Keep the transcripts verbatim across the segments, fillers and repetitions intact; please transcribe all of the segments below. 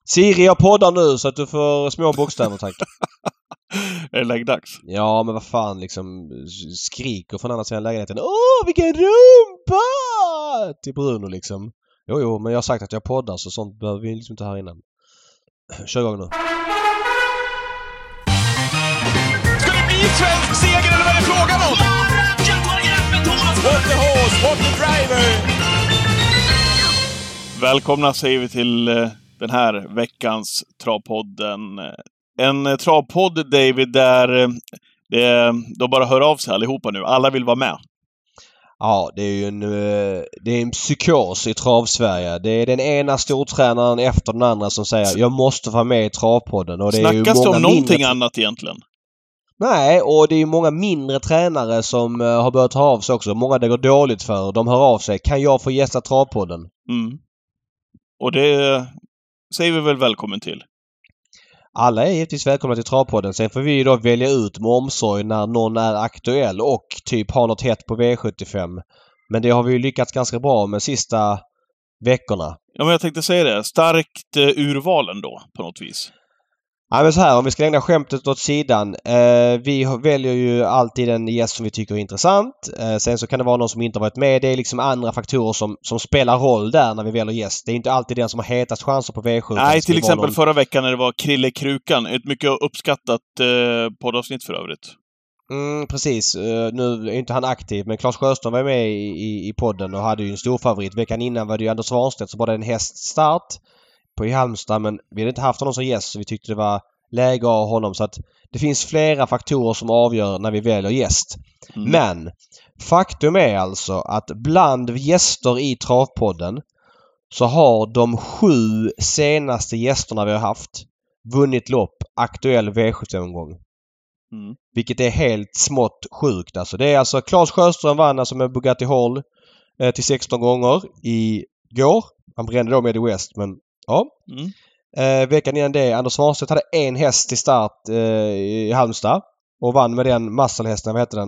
Siri, jag poddar nu så att du får små bokstäver, tack. Är det läggdags? Ja, men vad fan, liksom skriker från andra sidan lägenheten. Åh, vilken rumpa! Till Bruno liksom. Jo, jo, men jag har sagt att jag poddar så sånt behöver vi liksom inte här innan. Kör igång nu. Ska det bli svensk seger eller vad är det frågan om? What the horse, what the driver! Välkomna säger vi till den här veckans travpodden. En travpodd, David, där det, de bara hör av sig allihopa nu. Alla vill vara med. Ja, det är ju en, det är en psykos i travsverige. Det är den ena stortränaren efter den andra som säger jag måste vara med i travpodden. Och det Snackas är ju många det om någonting mindre... annat egentligen? Nej, och det är ju många mindre tränare som har börjat höra av sig också. Många det går dåligt för. De hör av sig. Kan jag få gästa travpodden? Mm. Och det säger vi väl välkommen till. Alla är givetvis välkomna till travpodden. Sen får vi då välja ut med omsorg när någon är aktuell och typ har något hett på V sjuttiofem. Men det har vi ju lyckats ganska bra med sista veckorna. Ja, men jag tänkte säga det. Starkt eh, urval ändå, på något vis. Ja, men så här, om vi ska lägga skämtet åt sidan. Eh, vi väljer ju alltid en gäst som vi tycker är intressant. Eh, sen så kan det vara någon som inte har varit med. Det är liksom andra faktorer som, som spelar roll där när vi väljer gäst. Det är inte alltid den som har hetast chanser på V sju. Nej, till exempel någon... förra veckan när det var Krille Krukan. Ett mycket uppskattat eh, poddavsnitt för övrigt. Mm, precis. Uh, nu är inte han aktiv, men Claes Sjöström var med i, i, i podden och hade ju en stor favorit. Veckan innan var det ju Anders Svanstedt som bara en häststart på i Halmstad, men vi hade inte haft honom som gäst så vi tyckte det var läge av honom. Så att det finns flera faktorer som avgör när vi väljer gäst. Mm. Men faktum är alltså att bland gäster i Travpodden så har de sju senaste gästerna vi har haft vunnit lopp aktuell V sju-omgång. Mm. Vilket är helt smått sjukt. Alltså det är alltså Claes Sjöström vann alltså med Bugatti Hall eh, till sexton gånger i går. Han brände då med i West, men ja. Mm. Eh, veckan innan det, Anders Svanstedt hade en häst till start eh, i Halmstad och vann med den muscle-hästen. Vad heter den?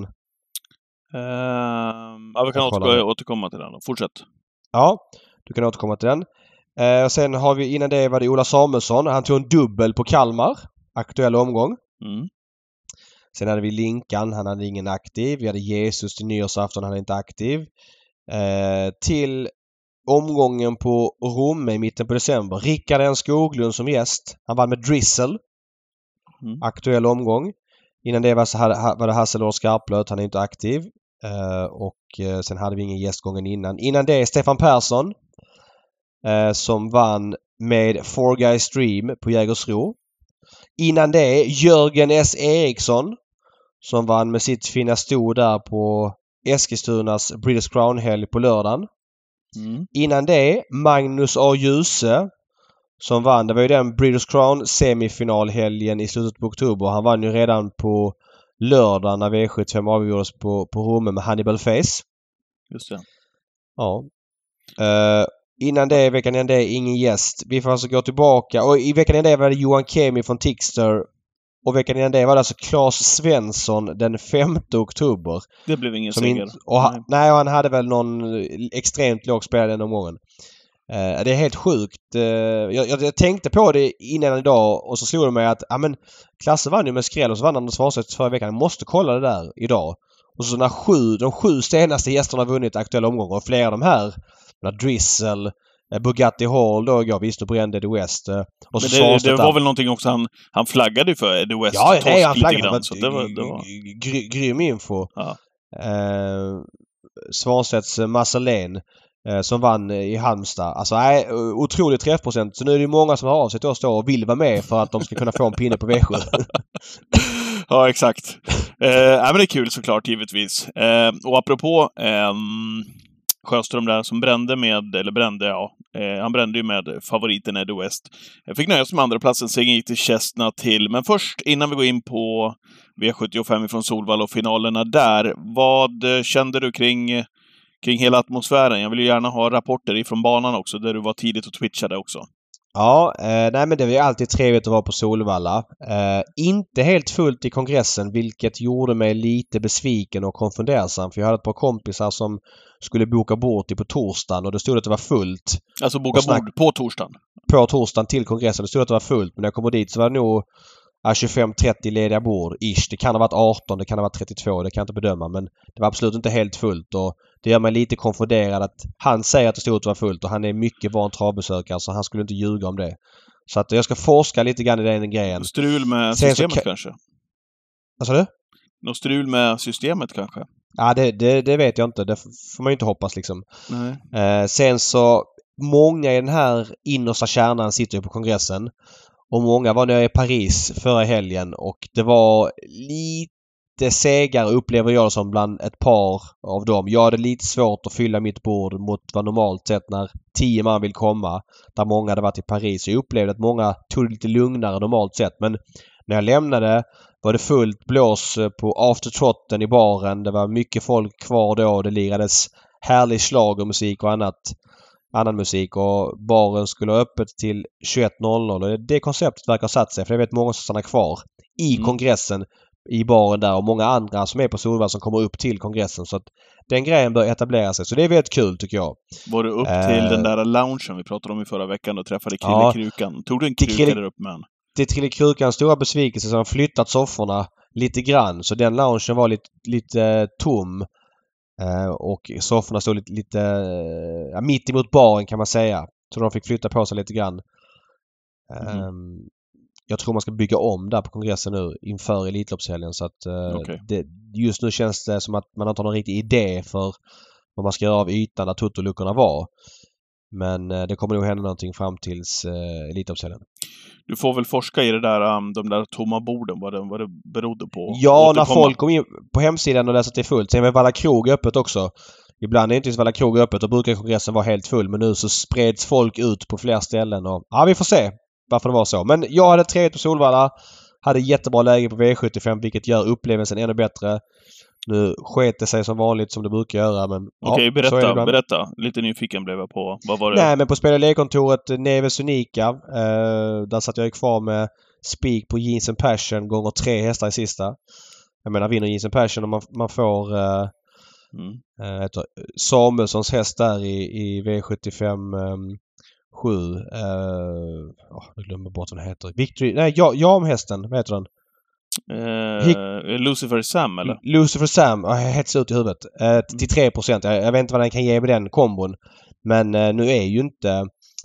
Uh, ja, vi kan återkomma, återkomma till den. Fortsätt. Ja, du kan återkomma till den. Eh, och sen har vi, innan det var det Ola Samuelsson. Han tog en dubbel på Kalmar. Aktuell omgång. Mm. Sen hade vi Linkan, han hade ingen aktiv. Vi hade Jesus till nyårsafton, han är inte aktiv. Eh, till omgången på Romme i mitten på december. Rickard N. Skoglund som gäst. Han vann med Drizzle. Mm. Aktuell omgång. Innan det var, så hade, var det Hasselord Skarplöt, han är inte aktiv. Eh, och eh, sen hade vi ingen gästgången innan. Innan det är Stefan Persson. Eh, som vann med Four Guys Stream på Jägersro. Innan det är Jörgen S. Eriksson. Som vann med sitt fina sto där på Eskilstunas British Crown-helg på lördagen. Mm. Innan det Magnus A. Djuse som vann. Det var ju den British Crown semifinalhelgen i slutet på oktober. Han vann ju redan på lördagen när V sjuttiofem avgjordes på, på Romme med Hannibal Face. Just det. Ja. Uh, innan det, veckan innan det, ingen gäst. Vi får alltså gå tillbaka. Och i veckan innan det var det Johan Kemi från Tixter. Och veckan innan det var det alltså Claes Svensson den femte oktober. Det blev ingen seger. In, och ha, nej. nej, och han hade väl någon extremt låg spelare den omgången. Uh, det är helt sjukt. Uh, jag, jag, jag tänkte på det innan idag och så slog det mig att ja, men Klasse vann ju med skräll och så vann Anders Svanstedt förra veckan. Jag måste kolla det där idag. Och så när sju, de sju senaste gästerna har vunnit aktuella omgångar och flera av de här, Drizzle, Bugatti Hall då, jag visste och brände Eddie West. Och så men det, det var väl någonting också han, han flaggade för Eddie West. Ja, nej, han flaggade. Grann, så det var, det var... Gry, grym info. Ja. Eh, Svanstedts Marcelin eh, som vann i Halmstad. Alltså nej, otrolig träffprocent. Så nu är det många som har av sig till oss då och vill vara med för att de ska kunna få en pinne på V sju. Ja, exakt. Eh, ja, men det är kul såklart, givetvis. Eh, och apropå eh, Sjöström där som brände med, eller brände, ja, eh, han brände ju med favoriten Eddie West. Jag fick nöja som andra platsen, sen gick till Chestnut till. Men först, innan vi går in på V sjuttiofem från Solvalla och finalerna där, vad kände du kring, kring hela atmosfären? Jag vill ju gärna ha rapporter ifrån banan också, där du var tidigt och twitchade också. Ja, eh, nej men det var ju alltid trevligt att vara på Solvalla. Eh, inte helt fullt i kongressen, vilket gjorde mig lite besviken och konfundersam. För jag hade ett par kompisar som skulle boka bord till på torsdagen och det stod att det var fullt. Alltså boka snack- bord på torsdagen? På torsdagen till kongressen. Det stod att det var fullt. Men när jag kom dit så var det nog tjugofem trettio lediga bord. Ish. Det kan ha varit arton, det kan ha varit trettiotvå. Det kan jag inte bedöma. Men det var absolut inte helt fullt. Och det gör mig lite konfunderad att han säger att det stod att det var fullt. Och han är mycket van travbesökare så han skulle inte ljuga om det. Så att jag ska forska lite grann i den grejen. Strul med Sen systemet ka- kanske? Vad sa du? Något strul med systemet kanske? Ja, det, det, det vet jag inte. Det får man ju inte hoppas liksom. Nej. Eh, sen så, många i den här innersta kärnan sitter ju på kongressen. Och många var nere i Paris förra helgen och det var lite segare upplever jag som bland ett par av dem. Jag hade lite svårt att fylla mitt bord mot vad normalt sett när tio man vill komma. Där många hade varit i Paris. Jag upplevde att många tog det lite lugnare normalt sett. Men när jag lämnade var det fullt blås på aftertrotten i baren. Det var mycket folk kvar då. Det lirades härlig schlagermusik och annat. annan musik och baren skulle ha öppet till tjugoett noll noll och det konceptet verkar ha satt sig för jag vet många som stannar kvar i mm. kongressen i baren där och många andra som är på Solvalla som kommer upp till kongressen så att den grejen bör etablera sig så det är väldigt kul tycker jag. Var du upp till uh, den där loungen vi pratade om i förra veckan och träffade Krillekrukan? Ja, tog du en kruka Krille, där uppe med en? Det Krillekrukans stora besvikelse som har flyttat sofforna lite grann så den loungen var lite, lite tom. Uh, och sofforna stod lite, lite uh, mitt emot baren kan man säga. Så de fick flytta på sig lite grann. Mm. Um, jag tror man ska bygga om där på kongressen nu inför Elitloppshelgen så att uh, okay. det, just nu känns det som att man inte har någon riktig idé för vad man ska göra av ytan där Toto-luckorna var. Men uh, det kommer nog hända någonting fram tills uh, Elitloppshelgen. Du får väl forska i det där, um, de där tomma borden, vad det, vad det berodde på. Ja, när folk kom in på hemsidan och läste att det är fullt. Sen är Valla krog öppet också. Ibland är inte Valla krog öppet och brukar kongressen vara helt full. Men nu så spreds folk ut på fler ställen. Och, ja, vi får se varför det var så. Men jag hade trevligt på Solvalla. Hade jättebra läge på V sjuttiofem vilket gör upplevelsen ännu bättre. Nu sket det sig som vanligt som det brukar göra. Men, Okej, ja, berätta, berätta. Lite nyfiken blev jag på. Vad var det? Nej, men på spel- och lekkontoret Neves Unika. Eh, där satt jag kvar med spik på Jeans and Passion gånger tre hästar i sista. Jag menar vinner Jeans and Passion och man, man får eh, mm. eh, Samuelssons häst där i, i V sjuttiofem eh, sju. Eh, oh, jag glömmer bort vad den heter. Victory, nej, ja, Jamhästen, vad heter den? Uh, Hick- Lucifer Sam eller? Lucifer Sam, jag är helt slut i huvudet. Uh, till tre procent. Jag, jag vet inte vad den kan ge med den kombon. Men uh, nu är ju inte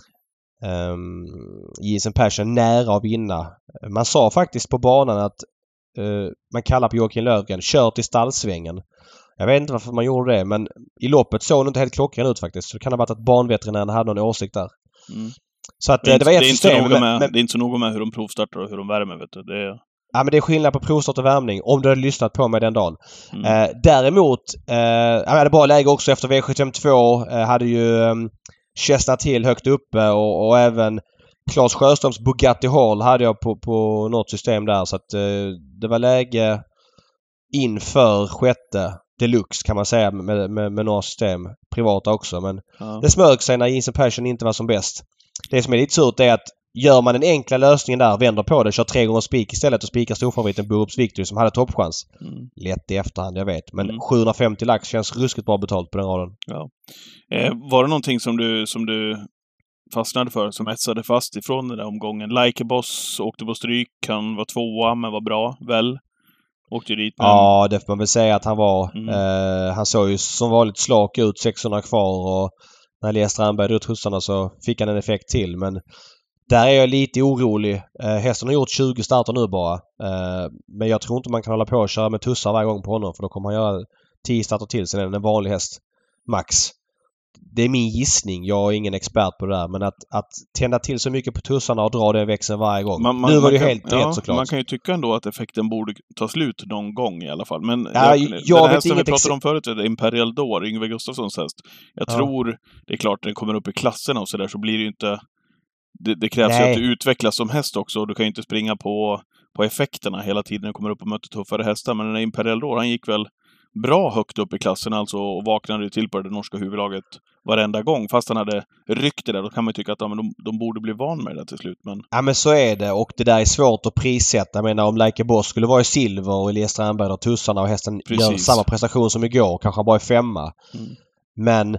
um, Jeans and Passion nära att vinna. Man sa faktiskt på banan att uh, man kallar på Joakim Löfgren kört i stallsvängen. Jag vet inte varför man gjorde det men i loppet såg det inte helt klockren ut faktiskt. Så det kan ha varit att banveterinären hade någon åsikt där. Mm. Så att, det, det, var ett det, är system, inte med, men, det är inte så noga med hur de provstartar och hur de värmer vet du. Det är... Ja men det är skillnad på provstart och värmning om du hade lyssnat på mig den dagen. Mm. Eh, däremot, eh, jag hade bra läge också efter V sjuttiofem två. Eh, hade ju eh, Chestnut till högt uppe och, och även Claes Sjöströms Bugatti Hall hade jag på, på något system där. Så att eh, det var läge inför sjätte deluxe kan man säga med, med, med några system. Privata också men ja. Det smög sig när Jeans and Passion inte var som bäst. Det som är lite surt är att gör man den enkla lösningen där, vänder på det, kör tre gånger spik istället och spikar storfavoriten Borups Victory som hade toppchans. Mm. Lätt i efterhand, jag vet. Men mm. sjuhundrafemtio lax känns ruskigt bra betalt på den raden. Ja. Eh, var det någonting som du, som du fastnade för, som etsade fast ifrån den där omgången? Like a Boss åkte på stryk, han var tvåa men var bra, väl? Åkte dit men... Ja, det får man väl säga att han var. Mm. Eh, han såg ju som vanligt slak ut, sexhundra kvar och när Elias Strandberg drog tussarna så fick han en effekt till men där är jag lite orolig. Eh, hästen har gjort tjugo starter nu bara. Eh, men jag tror inte man kan hålla på och köra med tussar varje gång på honom. För då kommer han göra tio starter till. Sen är det en vanlig häst. Max. Det är min gissning. Jag är ingen expert på det där. Men att, att tända till så mycket på tussarna och dra den växeln varje gång. Man, man, nu var det ju helt ja, rätt såklart. Man kan ju tycka ändå att effekten borde ta slut någon gång i alla fall. Men ja, jag, jag den hästen vi pratade om förut, Imperial Door, Yngve Gustafssons häst. Jag ja. tror, det är klart, när den kommer upp i klasserna och så där så blir det ju inte... Det, det krävs ju att du utvecklas som häst också. Du kan ju inte springa på, på effekterna hela tiden när du kommer upp och möter tuffare hästar. Men den där Imperial Door, han gick väl bra högt upp i klassen alltså och vaknade till på det norska huvudlaget varenda gång. Fast han hade ryckt det där, då kan man ju tycka att ja, men de, de borde bli van med det till slut. Men... Ja men så är det och det där är svårt att prissätta. Jag menar om Like Boss skulle vara i silver och Elias Strandberg och tussarna och hästen Precis. Gör samma prestation som igår, kanske bara är femma. Mm. Men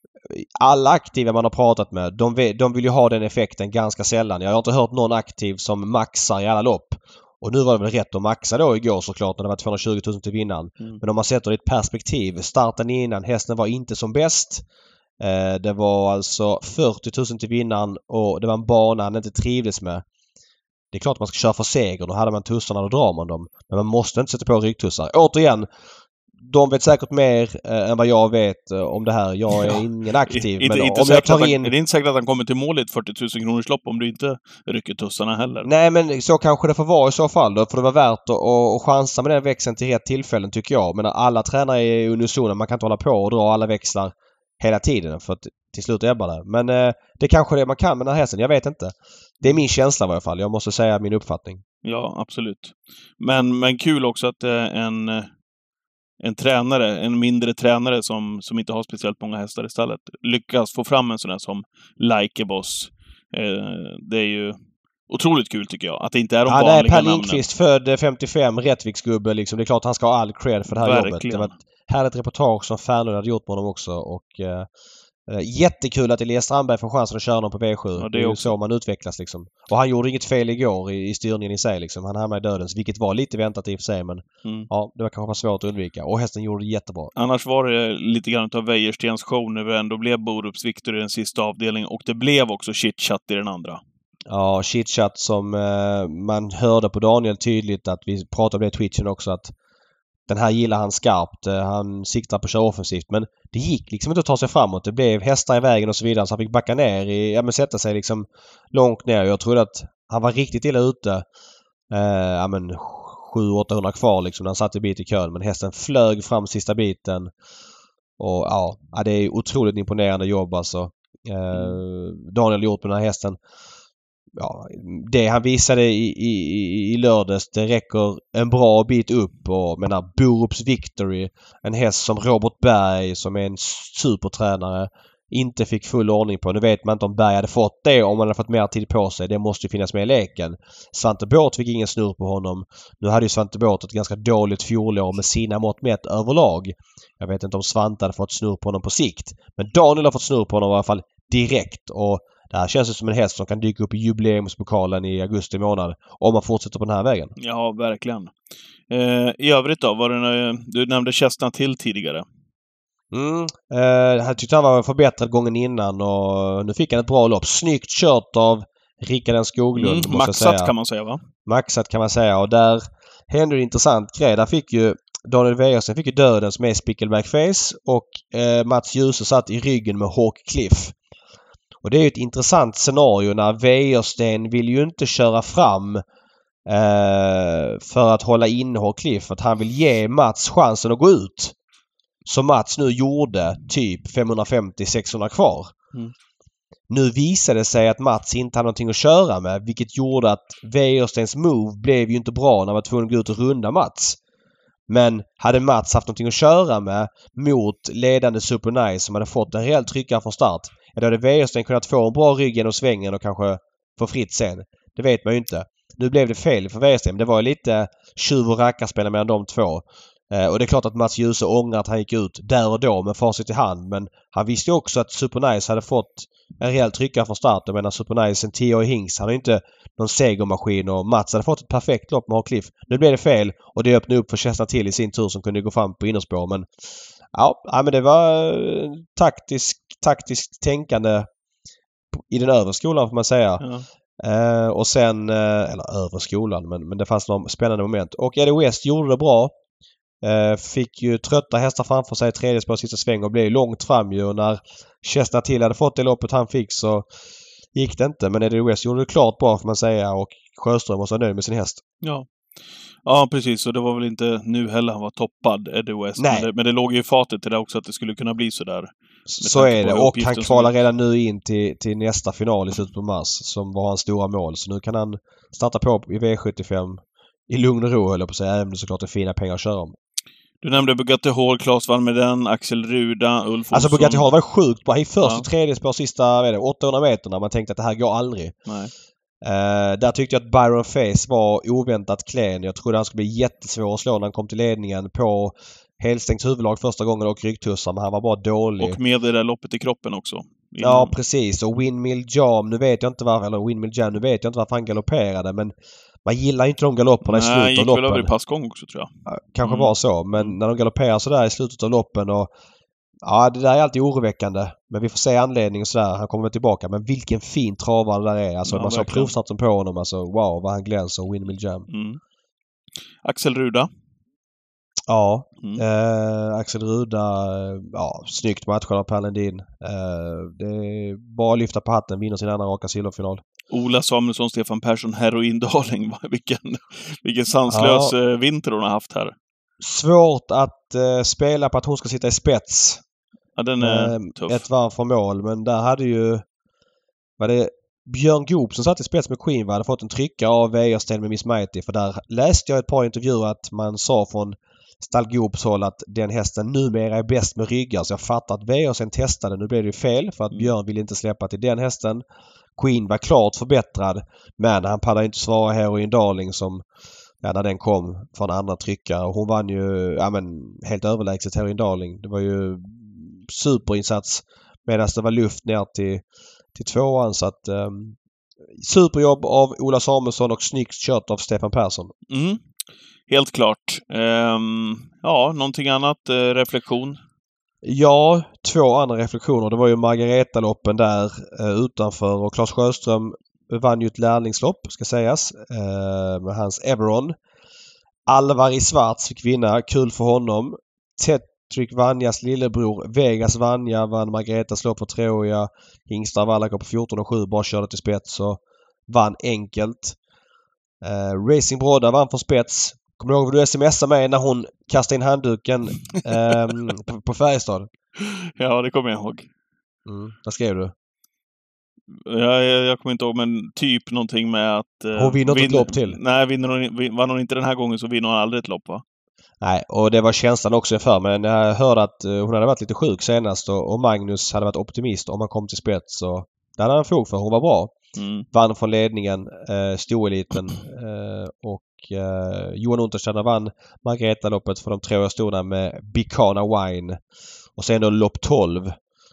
alla aktiva man har pratat med, de vill, de vill ju ha den effekten ganska sällan. Jag har inte hört någon aktiv som maxar i alla lopp. Och nu var det väl rätt att maxa då igår såklart när det var tvåhundratjugotusen till vinnaren. Mm. Men om man sätter det i ett perspektiv. Starten innan, hästen var inte som bäst. Eh, det var alltså fyrtiotusen till vinnaren och det var en bana han inte trivdes med. Det är klart att man ska köra för seger. Då hade man tussarna och drar man dem. Men man måste inte sätta på ryggtussar. Återigen, de vet säkert mer eh, än vad jag vet eh, om det här. Jag är ja. ingen aktiv. I, men inte om jag tar in... Det är inte säkert att han kommer till mål i ett fyrtio tusen kronors lopp om du inte rycker tussarna heller. Nej, men så kanske det får vara i så fall då. För det var värt att, att, att chansa med den växeln till rätt tillfällen tycker jag. Men alla tränare är unisona. Man kan inte hålla på och dra alla växlar hela tiden för att till slut ebbar det. Men eh, det kanske är det man kan med den här hästen. Jag vet inte. Det är min känsla i alla fall. Jag måste säga min uppfattning. Ja, absolut. Men, men kul också att eh, en... en tränare, en mindre tränare som, som inte har speciellt många hästar i stallet lyckas få fram en sån här som Like Boss. Eh, det är ju otroligt kul tycker jag. Att det inte är de ja, vanliga namnen. Per Lindqvist född femtiofem, Rättviksgubbe liksom. Det är klart att han ska ha all cred för det här Verkligen. jobbet. Det var ett härligt reportage som Färnlund hade gjort med honom också. Och eh, jättekul att Elias Strandberg får chansen att köra honom på V sju. Ja, det, är det är ju så man utvecklas liksom. Och han gjorde inget fel igår i, i styrningen i sig liksom. Han hamnade i dödens, vilket var lite väntat i och för sig. Men mm. ja, det var kanske svårt att undvika. Och hästen gjorde det jättebra. Annars var det lite grann av Wäjerstens show när vi ändå blev Borups Victor i den sista avdelningen. Och det blev också chitchat i den andra. Ja, chitchat som eh, man hörde på Daniel tydligt att vi pratade om det i Twitchen också att den här gillar han skarpt. Han siktar på att köra offensivt. Men det gick liksom inte att ta sig framåt. Det blev hästar i vägen och så vidare. Så han fick backa ner. I, ja, men sätta sig liksom långt ner. Jag trodde att han var riktigt illa ute. Eh, ja, men sju åttahundra kvar liksom när han satt i bit i kön. Men hästen flög fram sista biten. Och ja, det är otroligt imponerande jobb alltså. Eh, Daniel gjort med den här hästen. Ja, det han visade i, i, i lördags, det räcker en bra bit upp och menar Borups Victory, en häst som Robert Berg som är en supertränare inte fick full ordning på. Nu vet man inte om Berg hade fått det om han hade fått mer tid på sig. Det måste ju finnas med i leken. Svante Båth fick ingen snurr på honom. Nu hade ju Svante Båth ett ganska dåligt fjolår med sina mått mätt överlag. Jag vet inte om Svante hade fått snurr på honom på sikt. Men Daniel har fått snurr på honom i alla fall direkt och det här känns som en häst som kan dyka upp i jubileumspokalen i augusti månad om man fortsätter på den här vägen. Ja, verkligen. Eh, I övrigt då, var det när, du nämnde Chestnut Hill tidigare. Mm, eh, jag tyckte han var förbättrad gången innan och nu fick han ett bra lopp. Snyggt kört av Rickard N. Skoglund. Mm, maxat kan man säga va? Maxat kan man säga och där hände en intressant grej. Där fick ju Daniel Wäjersten fick ju dödens med Spickleback Face och eh, Mats Djuse satt i ryggen med Hawk Cliff. Och det är ju ett intressant scenario när Wäjersten vill ju inte köra fram eh, för att hålla inne Hawk Cliff. Att han vill ge Mats chansen att gå ut. Som Mats nu gjorde typ femhundrafemtio till sexhundra kvar. Mm. Nu visade det sig att Mats inte hade någonting att köra med. Vilket gjorde att Wäjerstens move blev ju inte bra när han var tvungen att gå ut och runda Mats. Men hade Mats haft någonting att köra med mot ledande Super Nice som hade fått en rejäl tryckare från start. Ja, då hade Wäjersten kunnat få en bra rygg genom svängen och kanske få fritt sen. Det vet man ju inte. Nu blev det fel för Wäjersten. Det var lite tjuv och rackarspel mellan de två. Eh, och det är klart att Mats Djuse ångrar att han gick ut där och då med facit i hand. Men han visste också att Super Nice hade fått en rejäl tryckare från start. Jag menar Super Nice en tio år i Hings. Han är inte någon segermaskin och Mats hade fått ett perfekt lopp med Hawk Cliff. Nu blev det fel och det öppnade upp för Chestnut Hill i sin tur som kunde gå fram på innerspår. Men ja, men det var taktisk, taktiskt tänkande i den övre skolan får man säga. Ja. Eh, och sen, eh, eller övre skolan, men, men det fanns några spännande moment. Och Eddie West gjorde det bra. Eh, fick ju trötta hästar framför sig i tredje spår sista sväng och blev långt fram ju. Och när Chestnut Hill hade fått det loppet han fick så gick det inte. Men Eddie West gjorde det klart bra får man säga och Sjöström var så nöjd med sin häst. Ja. Ja, precis. Och det var väl inte nu heller han var toppad, Eddie West. Nej. Men det, men det låg ju i fatet till det också att det skulle kunna bli så där. Så är det. Och han kvalar redan nu in till, till nästa final i slutet på mars som var hans stora mål. Så nu kan han starta på i V sjuttiofem i lugn och ro, höll jag på att säga. Även om det såklart är fina pengar att köra om. Du nämnde Bugatti Hall, Claes vann med den, Axel Ruda, Ulf Olsson. Alltså Bugatti Hall var sjukt bra. Han gick först ja. och tredje spår sista vet det, åttahundra meterna. Man tänkte att det här går aldrig. Nej. Uh, där tyckte jag att Byron Face var oväntat klen. Jag trodde han skulle bli jättesvår att slå när han kom till ledningen på helstängt huvudlag första gången och ryggtussar, men han var bara dålig. Och med det där loppet i kroppen också. Innan. Ja, precis. Och Windmill Jam, nu vet jag inte varför, eller Windmill Jam, nu vet jag inte varför han galopperade, men man gillar inte de galopperna i slutet av loppen. Nej, gick väl över i passgång också tror jag. Kanske mm. var så, men när de galopperar sådär i slutet av loppen och ja, det där är alltid oroväckande. Men vi får se anledningen och sådär. Han kommer tillbaka. Men vilken fin travare det där är. Alltså ja, man såg provstarten på honom. Alltså wow, vad han glänser. Windmill Jam. Mm. Axel Ruda. Ja. Mm. Eh, Axel Ruda. Ja, snyggt matchad av Per Lundin. Eh, det är bara att lyfta på hatten. Vinner sin andra raka silverfinal. Ola Samuelsson, Stefan Persson, Heroindaling. vilken, vilken sanslös ja. vinter hon har haft här. Svårt att eh, spela på att hon ska sitta i spets. Ja, den är eh, tuff. Ett varv för mål. Men där hade ju var det Björn Goop som satt i spets med Queen. Vi hade fått en trycka av Wäjersten med Miss Mighty. För där läste jag ett par intervjuer att man sa från Stall Goops håll att den hästen numera är bäst med ryggar. Så jag fattar att Wäjersten testade. Nu blev det ju fel för att mm. Björn ville inte släppa till den hästen. Queen var klart förbättrad. Men han pallade inte svara Heroin Darling som ja, när den kom från andra tryckare. Hon vann ju ja, men, helt överlägset Heroin Darling. Det var ju superinsats medan det var luft ner till, till tvåan. Så att um, superjobb av Ola Samuelsson och snyggt kört av Stefan Persson. Mm. Helt klart. Um, ja, någonting annat? Uh, reflektion? Ja, två andra reflektioner. Det var ju Margareta-loppen där uh, utanför och Claes Sjöström vann ju ett lärlingslopp, ska sägas, uh, med hans Everon. Alvar i Svarts fick vinna. Kul för honom. Tetrick Vanjas lillebror Vegas Vanja vann Margaretas lopp på treåriga. Hingstar Vallaker på fjorton och sju bara körde till spets och vann enkelt. Uh, Racing Brodda vann från spets. Kommer du ihåg vad du smsade mig när hon kastade in handduken um, på, på Färjestad? Ja, det kommer jag ihåg. Mm. Vad skrev du? Jag, jag, jag kommer inte ihåg, men typ någonting med att... Uh, hon vinner vin- ett lopp till. Nej, vinner hon, vann hon inte den här gången så vinner hon aldrig ett lopp, va? Nej, och det var känslan också för. Men jag hörde att uh, hon hade varit lite sjuk senast och, och Magnus hade varit optimist om han kom till spets. Så det hade han fog för. Hon var bra. Mm. Vann från ledningen, uh, stoeliten uh, och uh, Johan Untersteiner vann Margareta-loppet för de treåriga storna med Bicana Wine. Och sen då lopp tolv.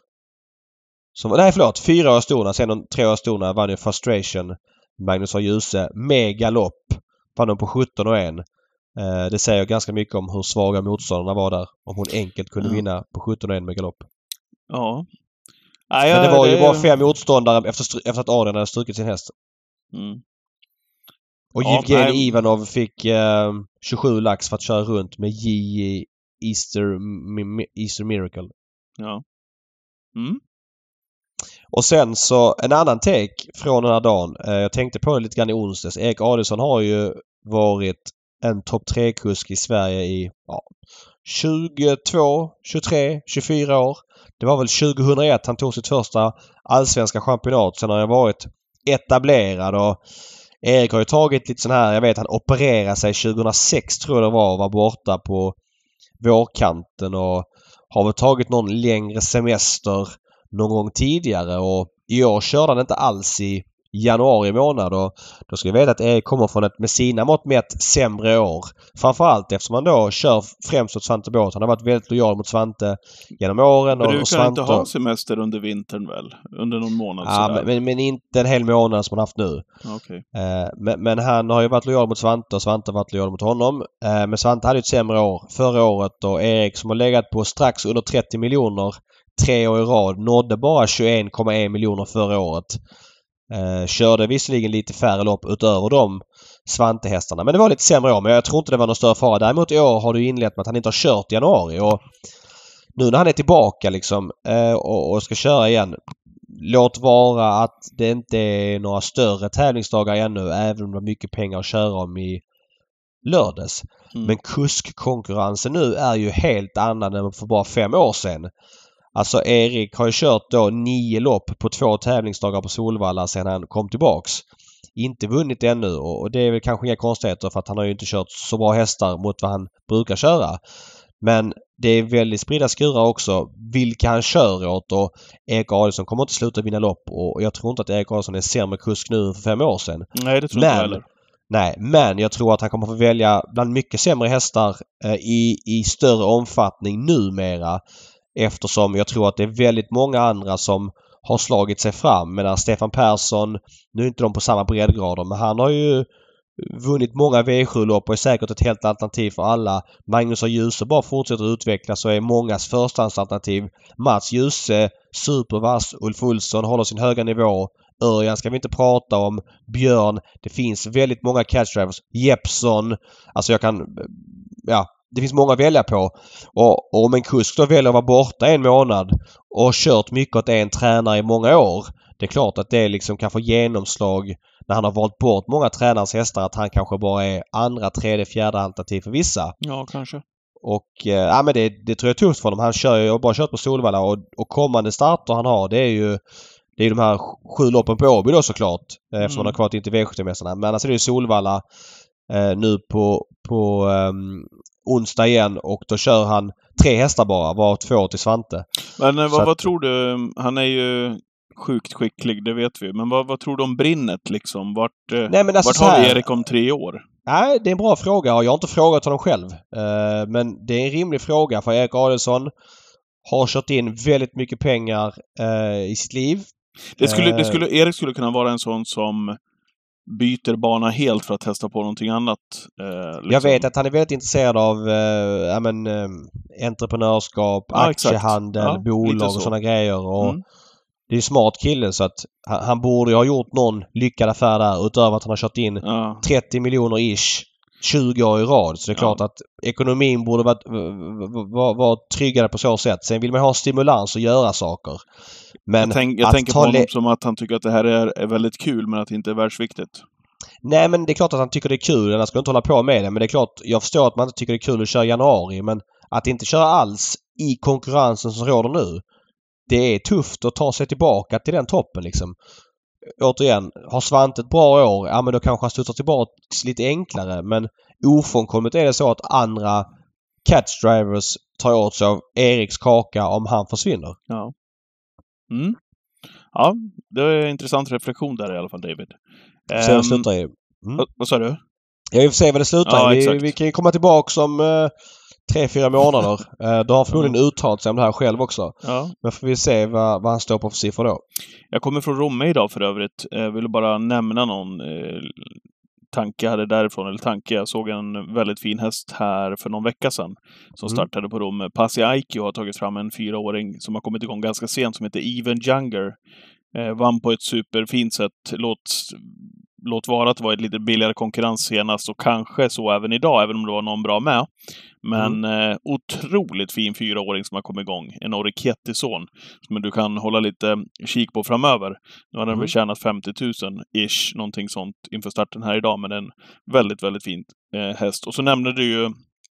Som, nej förlåt, fyra storna, sen de treåriga storna vann ju Frustration. Magnus har Ljuse med galopp. Vann de på sjutton och en. Eh, det säger ganska mycket om hur svaga motståndarna var där. Om hon enkelt kunde mm. vinna på sjutton och en med galopp. Ja. Nej, men det var det... ju bara fem motståndare efter, efter att Adrian hade strukit sin häst. Mm. Och ja, Evgeni nej... Ivanov fick eh, tjugosju lax för att köra runt med J J Easter, M- Easter Miracle. Ja. Mm. Och sen så en annan take från den här dagen. Eh, jag tänkte på det lite grann i onsdags. Erik Adielsson har ju varit en topp tre-kusk i Sverige i ja, tjugotvå, tjugotre, tjugofyra år. Det var väl tjugohundraett han tog sitt första allsvenska championat. Sen har han varit etablerad och Erik har ju tagit lite sån här, jag vet han opererade sig tjugohundrasex tror jag det var och var borta på vårkanten och har väl tagit någon längre semester någon gång tidigare och i år körde han inte alls i januari månad och då ska vi veta att Erik kommer från ett med sina mått mätt sämre år. Framförallt eftersom han då kör främst åt Svante Båth. Han har varit väldigt lojal mot Svante genom åren. Men du och kan Svante... inte ha semester under vintern väl? Under någon månad? Ja, men, men, men inte en hel månad som han haft nu. Okay. Eh, men, men han har ju varit lojal mot Svante och Svante har varit lojal mot honom. Eh, men Svante hade ett sämre år förra året och Erik som har legat på strax under trettio miljoner tre år i rad nådde bara tjugoen komma en miljoner förra året. Eh, körde visserligen lite färre lopp utöver de Svante-hästarna. Men det var lite sämre år. Men jag tror inte det var någon större fara. Däremot i år har du inlett med att han inte har kört i januari. Och nu när han är tillbaka liksom eh, och, och ska köra igen. Låt vara att det inte är några större tävlingsdagar ännu. Även om det var mycket pengar att köra om i lördags. Mm. Men kuskkonkurrensen nu är ju helt annan än för bara fem år sedan. Alltså Erik har ju kört då nio lopp på två tävlingsdagar på Solvalla sedan han kom tillbaks. Inte vunnit ännu och det är väl kanske inga konstigheter för att han har ju inte kört så bra hästar mot vad han brukar köra. Men det är väldigt spridda skurar också vilka han kör åt och Erik Adielsson kommer inte sluta vinna lopp och jag tror inte att Erik Adielsson är sämre kusk nu än för fem år sedan. Nej, det tror men, inte jag heller. Nej, men jag tror att han kommer få välja bland mycket sämre hästar eh, i, i större omfattning numera eftersom jag tror att det är väldigt många andra som har slagit sig fram. Medan Stefan Persson, nu är inte de på samma breddgrader, men han har ju vunnit många V sju-lopp och är säkert ett helt alternativ för alla. Magnus och Djuse bara fortsätter utvecklas och är mångas förstahandsalternativ. Mats Djuse, supervass. Ulf Olsson håller sin höga nivå. Örjan ska vi inte prata om. Björn. Det finns väldigt många catchdrivers. Jeppson. Alltså jag kan... Ja, det finns många att välja på. Och, och om en kusk då väljer att vara borta en månad och kört mycket åt en tränare i många år. Det är klart att det liksom kan få genomslag när han har valt bort många tränarens hästar att han kanske bara är andra, tredje, fjärde alternativ för vissa. Ja, kanske. Och eh, ja, men det, det tror jag är tufft för honom. Han kör ju och bara kört på Solvalla och, och kommande starter han har det är ju det är de här sju loppen på Åby då såklart. Mm. Eftersom han har kvar inte V sjuttio-mästarna. Men annars är det ju Solvalla eh, nu på, på um, onsdag igen och då kör han tre hästar bara, var två till Svante. Men vad, att, vad tror du? Han är ju sjukt skicklig, det vet vi. Men vad, vad tror du om Brinnet liksom? Vart, nej, men alltså vart har vi här, Erik om tre år? Nej, det är en bra fråga och jag har inte frågat honom själv. Uh, men det är en rimlig fråga för Erik Adielsson har kört in väldigt mycket pengar uh, i sitt liv. Det skulle, det skulle, Erik skulle kunna vara en sån som byter bana helt för att testa på någonting annat. Uh, liksom. Jag vet att han är väldigt intresserad av uh, ja, men, uh, entreprenörskap, ja, aktiehandel, ja, bolag och sådana grejer. Och mm. Det är en smart kille så att han, han borde ju ha gjort någon lyckad affär där utöver att han har kört in ja. trettio miljoner ish tjugo år i rad. Så det är klart ja. att ekonomin borde vara, vara, vara tryggare på så sätt. Sen vill man ha stimulans och göra saker. Men jag tänk, jag tänker på honom le- som att han tycker att det här är, är väldigt kul men att det inte är världsviktigt. Nej, men det är klart att han tycker det är kul. Han ska inte hålla på med det. Men det är klart, jag förstår att man inte tycker det är kul att köra i januari. Men att inte köra alls i konkurrensen som råder nu. Det är tufft att ta sig tillbaka till den toppen liksom. Återigen, har Svante ett bra år, ja men då kanske han studsar tillbaka lite enklare. Men ofrånkomligt är det så att andra catchdrivers tar åt sig av Eriks kaka om han försvinner. Ja. Mm. Ja, det är en intressant reflektion där i alla fall, David. Så um, slutar i. Mm. Vad, vad sa du? Jag vill se vad det slutar ja, vi, vi kan ju komma tillbaka som uh, tre, fyra månader. Uh, då har förmodligen mm. uttalat sig om det här själv också. Ja. Men får vi se vad, vad han står på för siffror då. Jag kommer från Romme idag för övrigt. Jag ville bara nämna någon eh, tanke jag hade därifrån. Eller tanke. Jag såg en väldigt fin häst här för någon vecka sedan. Som mm. startade på Romme. Pasi Aikio har tagit fram en fyraåring som har kommit igång ganska sent som heter Even Younger. Eh, vann på ett superfint sätt. Låt... Låt vara att det var ett lite billigare konkurrens senast och kanske så även idag, även om det var någon bra med. Men mm. eh, otroligt fin fyraåring som har kommit igång. En Oriketti-son som du kan hålla lite kik på framöver. Nu har den mm. väl tjänat femtio tusen ish, någonting sånt inför starten här idag. Men en väldigt, väldigt fin eh, häst. Och så nämnde du ju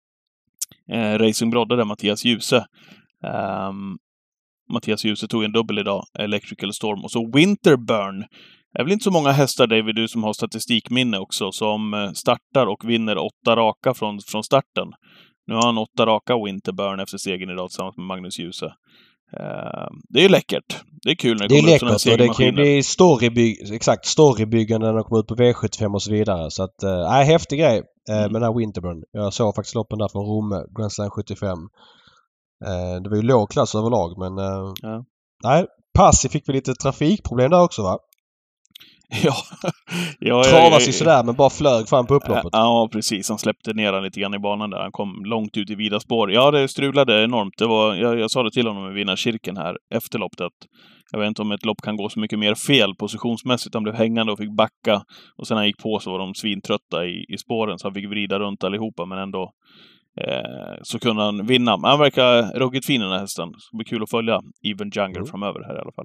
eh, Racing Brodde där, Mattias Djuse. Um, Mattias Djuse tog en dubbel idag, Electrical Storm. Och så Winterburn. Det är väl inte så många hästar, David, du som har statistikminne också, som startar och vinner åtta raka från, från starten. Nu har han åtta raka Winterburn efter segern idag tillsammans med Magnus Djuse. Uh, det är ju läckert. Det är kul när det, det kommer upp sådana här segermaskiner. Det kan ju bli storybyg- exakt, storybyggande när de kommer ut på V sjuttiofem och så vidare. Så att, äh, häftig grej äh, mm. med den här Winterburn. Jag såg faktiskt loppen där från Romme, Grand Slam sjuttiofem. Äh, det var ju låg klass överlag, men äh, ja. Nej, Passi fick väl lite trafikproblem där också, va? Ja. ja Travas ju sådär men bara flög fram på upploppet. Ja, precis. Han släppte ner han lite grann i banan där. Han kom långt ut i vida spår. Ja, det strulade enormt. Det var, jag, jag sa det till honom i vinnarkirken här efter loppet att jag vet inte om ett lopp kan gå så mycket mer fel positionsmässigt. Han blev hängande och fick backa. Och sen när han gick på så var de svintrötta i, i spåren så han fick vrida runt allihopa men ändå eh, så kunde han vinna. Men han verkar ruggigt fin den här hästen. Det ska bli kul att följa Even Younger mm. framöver här i alla fall.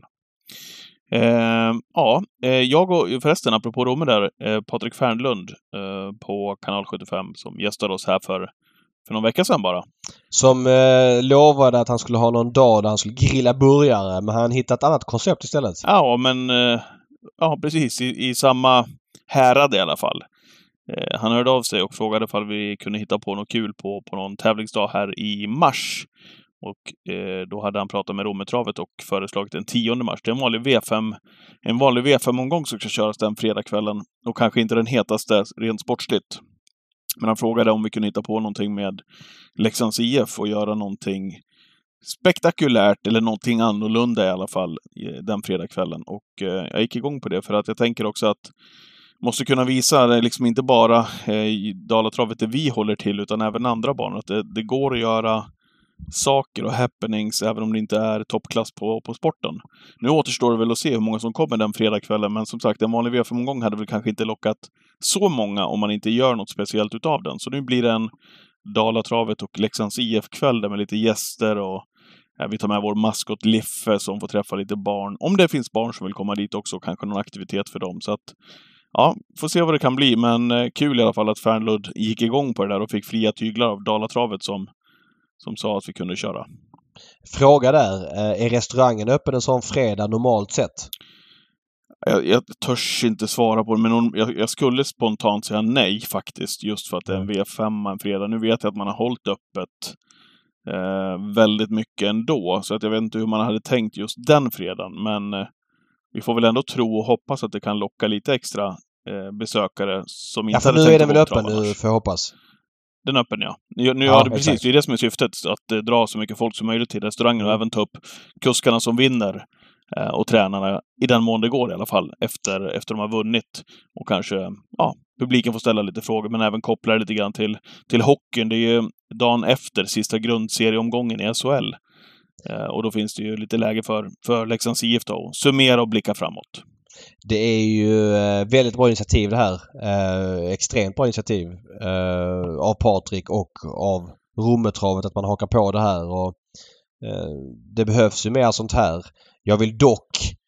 Eh, ja, eh, jag och förresten apropå Romme där, eh, Patrik Fernlund eh, på kanal sjuttiofem som gästade oss här för, för någon vecka sedan bara. Som eh, lovade att han skulle ha någon dag där han skulle grilla burgare men han hittade ett annat koncept istället. Ja, men eh, ja, precis i, i samma härad i alla fall. Eh, han hörde av sig och frågade ifall vi kunde hitta på något kul på, på någon tävlingsdag här i mars. Och eh, då hade han pratat med Rommetravet och föreslagit den tionde mars. Det är en vanlig V fem, en vanlig V fem-omgång som ska köras den fredagskvällen. Och kanske inte den hetaste rent sportsligt. Men han frågade om vi kunde hitta på någonting med Leksands I F och göra någonting spektakulärt eller någonting annorlunda i alla fall den fredagskvällen. Och eh, jag gick igång på det för att jag tänker också att måste kunna visa det liksom inte bara eh, i Dalatravet det vi håller till utan även andra banor. Att det, det går att göra saker och happenings även om det inte är toppklass på, på sporten. Nu återstår det väl att se hur många som kommer den fredagskvällen, men som sagt en vanlig V F M-omgång hade väl kanske inte lockat så många om man inte gör något speciellt utav den. Så nu blir det en Dalatravet och Leksands I F-kväll där med lite gäster och ja, vi tar med vår maskot Liffe som får träffa lite barn. Om det finns barn som vill komma dit också, kanske någon aktivitet för dem. Så att ja, får se vad det kan bli, men eh, kul i alla fall att Fernlund gick igång på det där och fick fria tyglar av Dalatravet som som sa att vi kunde köra. Fråga där. Är restaurangen öppen en sån fredag normalt sett? Jag, jag törs inte svara på det, men jag, jag skulle spontant säga nej faktiskt. Just för att det är en V fem en fredag. Nu vet jag att man har hållit öppet eh, väldigt mycket ändå. Så att jag vet inte hur man hade tänkt just den fredagen. Men eh, vi får väl ändå tro och hoppas att det kan locka lite extra eh, besökare som inte ja, för hade nu tänkt är den väl öppen annars. Nu får jag hoppas. Den öppen, ja. Nu, nu ja, ja, det precis. Exakt. Det är det som är syftet. Att eh, dra så mycket folk som möjligt till restaurangen mm. och även ta upp kuskarna som vinner eh, och tränarna i den mån det går i alla fall efter, efter de har vunnit. Och kanske, ja, publiken får ställa lite frågor men även koppla det lite grann till, till hockeyn. Det är ju dagen efter sista grundserieomgången i S H L. Eh, och då finns det ju lite läge för, för Leksands I F då. Summera och blicka framåt. Det är ju eh, väldigt bra initiativ det här. Eh, extremt bra initiativ eh, av Patrik och av Rommetravet att man hakar på det här. Och, eh, det behövs ju mer sånt här. Jag vill dock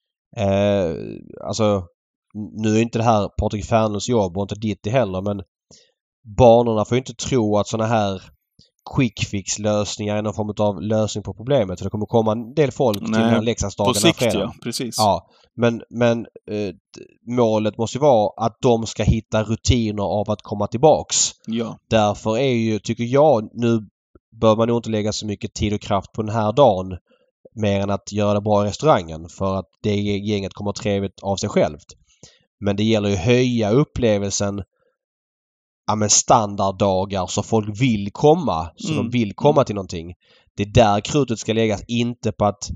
eh, alltså nu är inte det här Patrik Fernlunds jobb och inte ditt heller, men banorna får ju inte tro att såna här quick fix lösningar är någon form av lösning på problemet. Så det kommer komma en del folk Nej, till den här Leksandsdagen. På sikt, ja. Precis. Ja, men, men eh, målet måste ju vara att de ska hitta rutiner av att komma tillbaks. Ja. Därför är ju, tycker jag, nu bör man nog inte lägga så mycket tid och kraft på den här dagen mer än att göra det bra i restaurangen. För att det gänget kommer trevligt av sig självt. Men det gäller ju att höja upplevelsen ja, men standarddagar så folk vill komma. Så mm. de vill komma till någonting. Det är där krutet ska läggas. Inte på att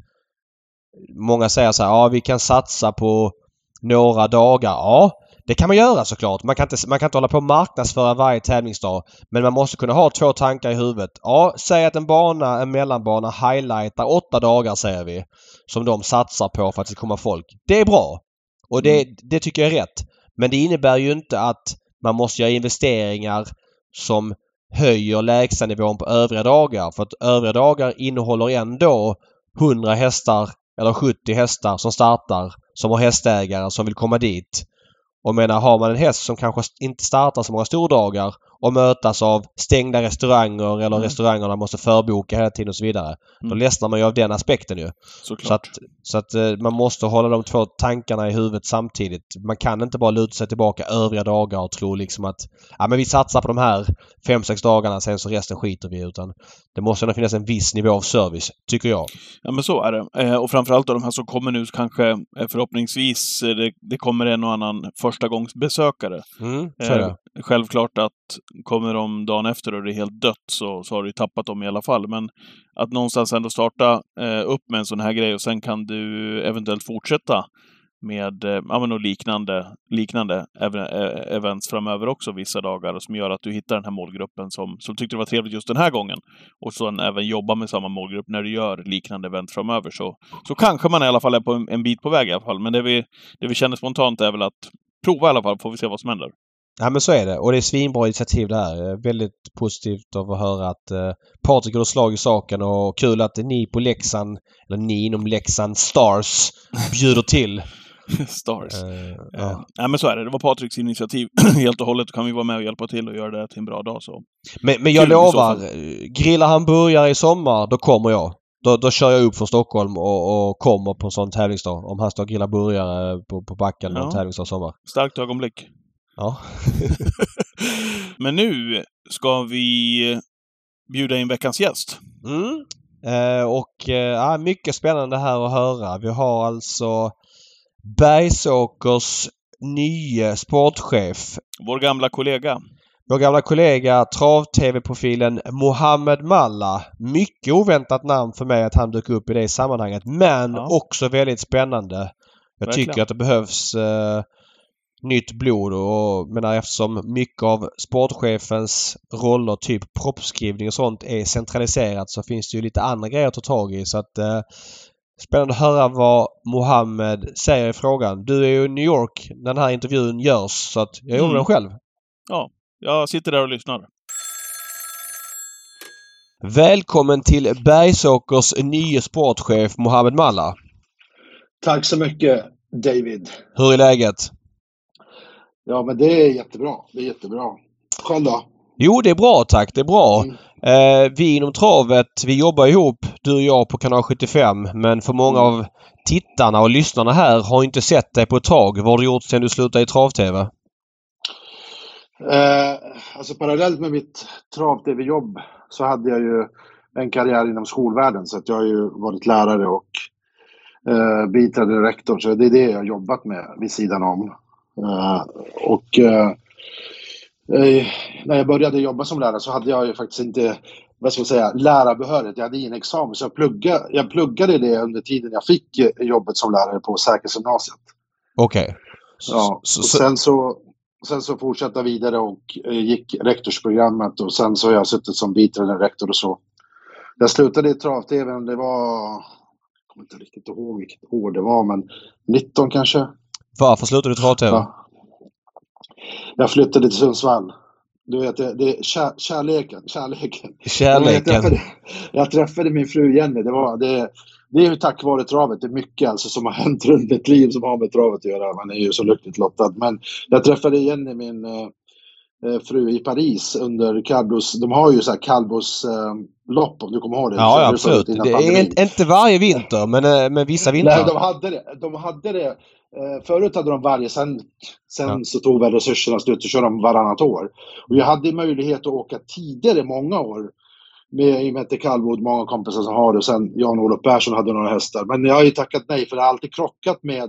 många säger så här, ja vi kan satsa på några dagar. Ja, det kan man göra såklart. Man kan inte, man kan inte hålla på och marknadsföra varje tävlingsdag. Men man måste kunna ha två tankar i huvudet. Ja, säg att en bana, en mellanbana highlightar åtta dagar säger vi. Som de satsar på för att det ska komma folk. Det är bra. Och det, mm. det tycker jag är rätt. Men det innebär ju inte att man måste göra investeringar som höjer lägstanivån på övriga dagar. För att övriga dagar innehåller ändå hundra hästar eller sjuttio hästar som startar, som har hästägare som vill komma dit. Och menar, har man en häst som kanske inte startar så många stordagar och mötas av stängda restauranger eller mm. restaurangerna måste förboka hela tiden och så vidare. Mm. Då ledsnar man ju av den aspekten ju. Såklart. Så att, så att man måste hålla de två tankarna i huvudet samtidigt. Man kan inte bara luta sig tillbaka övriga dagar och tro liksom att ja, men vi satsar på de här fem sex dagarna sen så resten skiter vi utan det måste nog finnas en viss nivå av service, tycker jag. Ja, men så är det. Eh, och framförallt då de här som kommer nu kanske eh, förhoppningsvis eh, det, det kommer en och annan förstagångsbesökare. Mm, så är det. Eh, självklart att kommer de dagen efter och det är helt dött så, så har du tappat dem i alla fall. Men att någonstans ändå starta eh, upp med en sån här grej och sen kan du eventuellt fortsätta med eh, ja, men liknande, liknande ev- events framöver också vissa dagar som gör att du hittar den här målgruppen som, som tyckte det var trevligt just den här gången. Och sen även jobba med samma målgrupp när du gör liknande event framöver. Så, så kanske man i alla fall är på en, en bit på väg i alla fall. Men det vi, det vi känner spontant är väl att prova i alla fall, får vi se vad som händer. Ja men så är det. Och det är svinbra initiativ det här. Väldigt positivt av att höra att eh, Patrik har slag i saken och kul att ni på Leksand, eller ni inom Leksand Stars bjuder till. Stars. Uh, ja. Uh, nej men så är det. Det var Patriks initiativ helt och hållet. Då kan vi vara med och hjälpa till och göra det till en bra dag. Så. Men, men jag lovar, grillar han burgare i sommar, då kommer jag. Då, då kör jag upp från Stockholm och, och kommer på en sån tävlingsdag. Om han står och grillar burgare på, på backen ja. En tävlingsdag i sommar. Starkt ögonblick. Ja. Men nu ska vi bjuda in veckans gäst. Mm. Eh, och eh, mycket spännande här att höra. Vi har alltså Bergsåkers nya sportchef. Vår gamla kollega. Vår gamla kollega, trav-tv-profilen Mohammed Malla. Mycket oväntat namn för mig att han dök upp i det sammanhanget. Men ja. Också väldigt spännande. Jag Verkligen. tycker att det behövs eh, nytt blod och menar, eftersom mycket av sportchefens roller, typ proppskrivning och sånt, är centraliserat så finns det ju lite andra grejer att ta tag i. Så att eh, spännande att höra vad Mohammed säger i frågan. Du är ju i New York när den här intervjun görs så att jag gjorde mm. den själv. Ja, jag sitter där och lyssnar. Välkommen till Bergsåkers nya sportchef Mohammed Malla. Tack så mycket, David. Hur är läget? Ja, men det är jättebra. Det är jättebra. Själv då? Jo, det är bra tack. Det är bra. Mm. Eh, vi inom travet, vi jobbar ihop, du och jag på kanal sjuttiofem. Men för många av tittarna och lyssnarna här har inte sett dig på ett tag. Vad har du gjort sedan du slutade i trav-tv? Eh, alltså parallellt med mitt trav-tv-jobb så hade jag ju en karriär inom skolvärlden. Så att jag har ju varit lärare och eh, biträdande rektor. Så det är det jag har jobbat med vid sidan om. Uh, och uh, uh, när jag började jobba som lärare så hade jag ju faktiskt inte, vad ska jag säga, lärarbehörighet. Jag hade ingen examen så jag pluggade, jag pluggade det under tiden jag fick jobbet som lärare på Säkerhetsgymnasiet. Okej. Okay. Ja, och sen så, sen så fortsatte jag vidare och uh, gick rektorsprogrammet och sen så har jag suttit som biträdande rektor och så. Jag slutade i trav-tv, det var, jag kommer inte riktigt ihåg vilket år det var, men nitton kanske. Varför slutade du trav-tv? Ja. Jag flyttade till Sundsvall. Du vet, det, det är kär, kärleken. Kärleken. Kärleken. Jag träffade, jag träffade min fru Jenny. Det, var, det, det är ju tack vare travet. Det är mycket alltså som har hänt runt ett liv som har med travet att göra. Man är ju så lyckligt lottad. Men jag träffade Jenny, min äh, fru, i Paris under Calbos. De har ju så här Calbos äh, lopp, om du kommer ihåg det. Ja, ja absolut. Det är inte, inte varje vinter, men, äh, men vissa vintrar. Nej, de hade det. De hade det. Förut hade de varje, sen, sen ja. så tog väl resurserna slut och körde de varannat år. Och jag hade möjlighet att åka tidigare många år med i Mette Kallbod, många kompisar som har det. Och sen Jan-Olof Persson hade några hästar. Men jag har ju tackat nej för det har alltid krockat med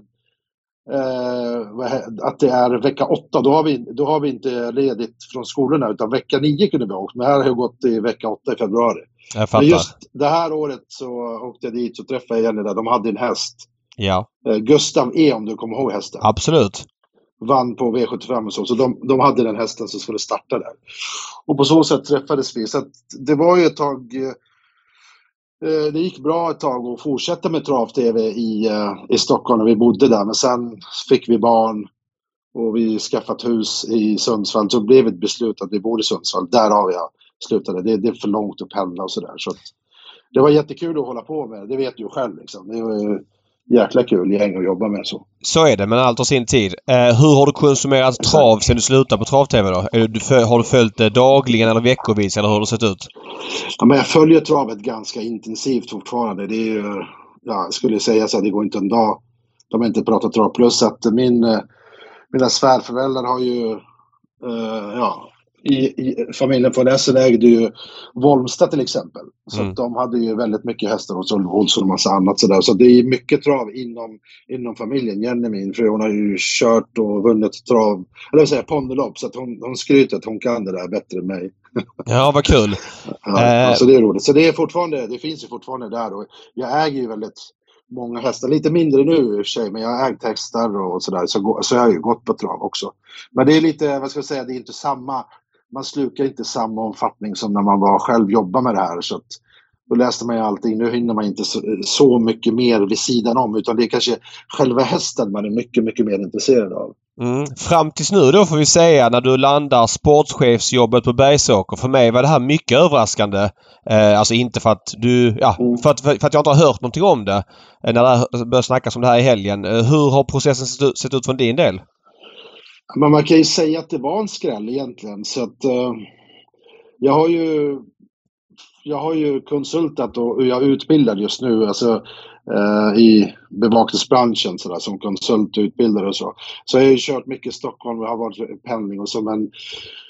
eh, att det är vecka åtta. Då har, vi, då har vi inte ledigt från skolorna utan vecka nio kunde vi åka. Men här har jag gått i vecka åtta i februari. Jag fattar. Men just det här året så åkte jag dit och träffade jag Jenny där. De hade en häst. Ja. Gustav E, om du kommer ihåg hästen. Absolut. Vann på V sjuttiofem och så. Så de, de hade den hästen som skulle starta där. Och på så sätt träffades vi. Så att det var ju ett tag... Eh, det gick bra ett tag att fortsätta med trav-tv i, eh, i Stockholm när vi bodde där. Men sen fick vi barn och vi skaffat hus i Sundsvall. Så blev ett beslut att vi bor i Sundsvall. Där har jag slutade. Det, det är för långt att pendla och sådär. Så att det var jättekul att hålla på med. Det vet du själv liksom. Det var jäkla kul gäng att jobba med så. Så är det, men allt har sin tid. Eh, hur har du konsumerat trav sedan du slutade på trav-tv då? Är du, har du följt det dagligen eller veckovis eller hur har det sett ut? Ja, men jag följer travet ganska intensivt fortfarande. Det är ju, ja, jag skulle säga så att det går inte en dag. De har inte pratat trav. Plus att min, mina svärföräldrar har ju, uh, ja, I, i familjen från Essen ägde ju Volmstad till exempel. Så mm. att de hade ju väldigt mycket hästar och Olsson och massa annat sådär. Så det är mycket trav inom, inom familjen. Jenny, min fru, hon har ju kört och vunnit trav, eller vad säger ponnylopp. Så att hon, hon skryter att hon kan det där bättre än mig. Ja, vad kul. Ja, eh. alltså det är roligt. Så det är fortfarande, det finns ju fortfarande där. Och jag äger ju väldigt många hästar. Lite mindre nu i och för sig, men jag har ägt hästar och sådär. Så, så jag har ju gått på trav också. Men det är lite, vad ska jag säga, det är inte samma... Man slukar inte samma omfattning som när man var själv jobbar med det här. Så att då läste man ju allting. Nu hinner man inte så, så mycket mer vid sidan om. Utan det är kanske själva hästen man är mycket, mycket mer intresserad av. Mm. Fram tills nu då får vi säga när du landar sportchefsjobbet på Bergsåker. För mig var det här mycket överraskande. Eh, alltså inte för att du... Ja, mm. för, att, för att jag inte har hört någonting om det. Eh, när det började snackas om det här i helgen. Eh, hur har processen sett ut, sett ut från din del? Men man kan ju säga att det var en skräll egentligen. Så att uh, jag har ju jag har ju konsultat och jag är utbildad just nu alltså, uh, i bevakningsbranschen så där, som konsult och utbildare och så. Så jag har ju kört mycket i Stockholm och har varit pendling och så. Men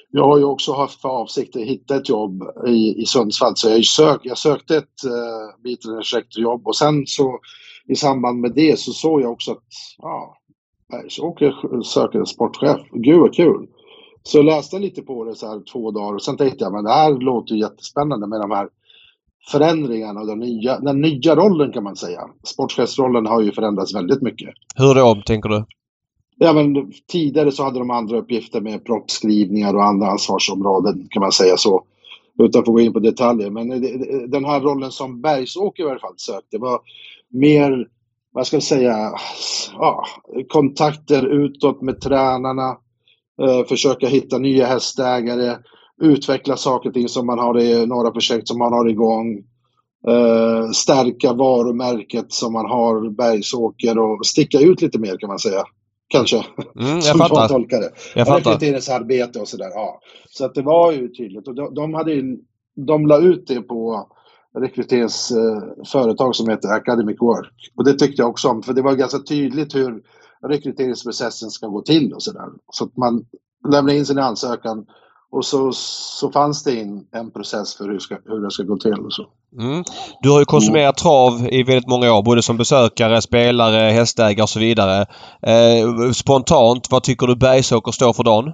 Jag har ju också haft för avsikt att hitta ett jobb i, i Sundsvall, så jag, sök, jag sökte ett uh, biträdande rektorjobb och sen så i samband med det så såg jag också att ja, Bergsåker söker en sportchef. Gud vad kul! Så jag läste lite på det så här två dagar och sen tänkte jag men det här låter ju jättespännande med de här förändringarna och den nya, den nya rollen kan man säga. Sportchefsrollen har ju förändrats väldigt mycket. Hur då, tänker du? Ja, men tidigare så hade de andra uppgifter med proppskrivningar och andra ansvarsområden kan man säga så. Utan att få gå in på detaljer. Men den här rollen som Bergsåker i alla fall sökte var mer, vad ska jag säga, ja, kontakter utåt med tränarna. Eh, försöka hitta nya hästägare. Utveckla saker och ting som man har i några projekt som man har igång. Eh, stärka varumärket som man har Bergsåker och sticka ut lite mer kan man säga. Kanske. Mm, jag fattar. Jag, jag fattar. Rekryteringsarbete och sådär. Ja. Så att det var ju tydligt. Och de, de, hade ju, de la ut det på rekryteringsföretag eh, som heter Academic Work. Och det tyckte jag också om. För det var ganska tydligt hur rekryteringsprocessen ska gå till och sådär. Så att man lämnar in sin ansökan och så, så fanns det in en process för hur, ska, hur det ska gå till och så. Mm. Du har ju konsumerat trav i väldigt många år, både som besökare, spelare, hästägare och så vidare. Eh, spontant, vad tycker du Bergsåker står för dagen?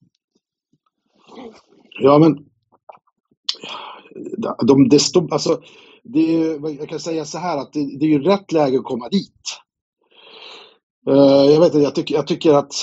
Ja, men de, det stod, alltså, det är, jag kan säga så här att det, det är ju rätt läge att komma dit. Uh, jag vet inte, jag, tycker, jag tycker att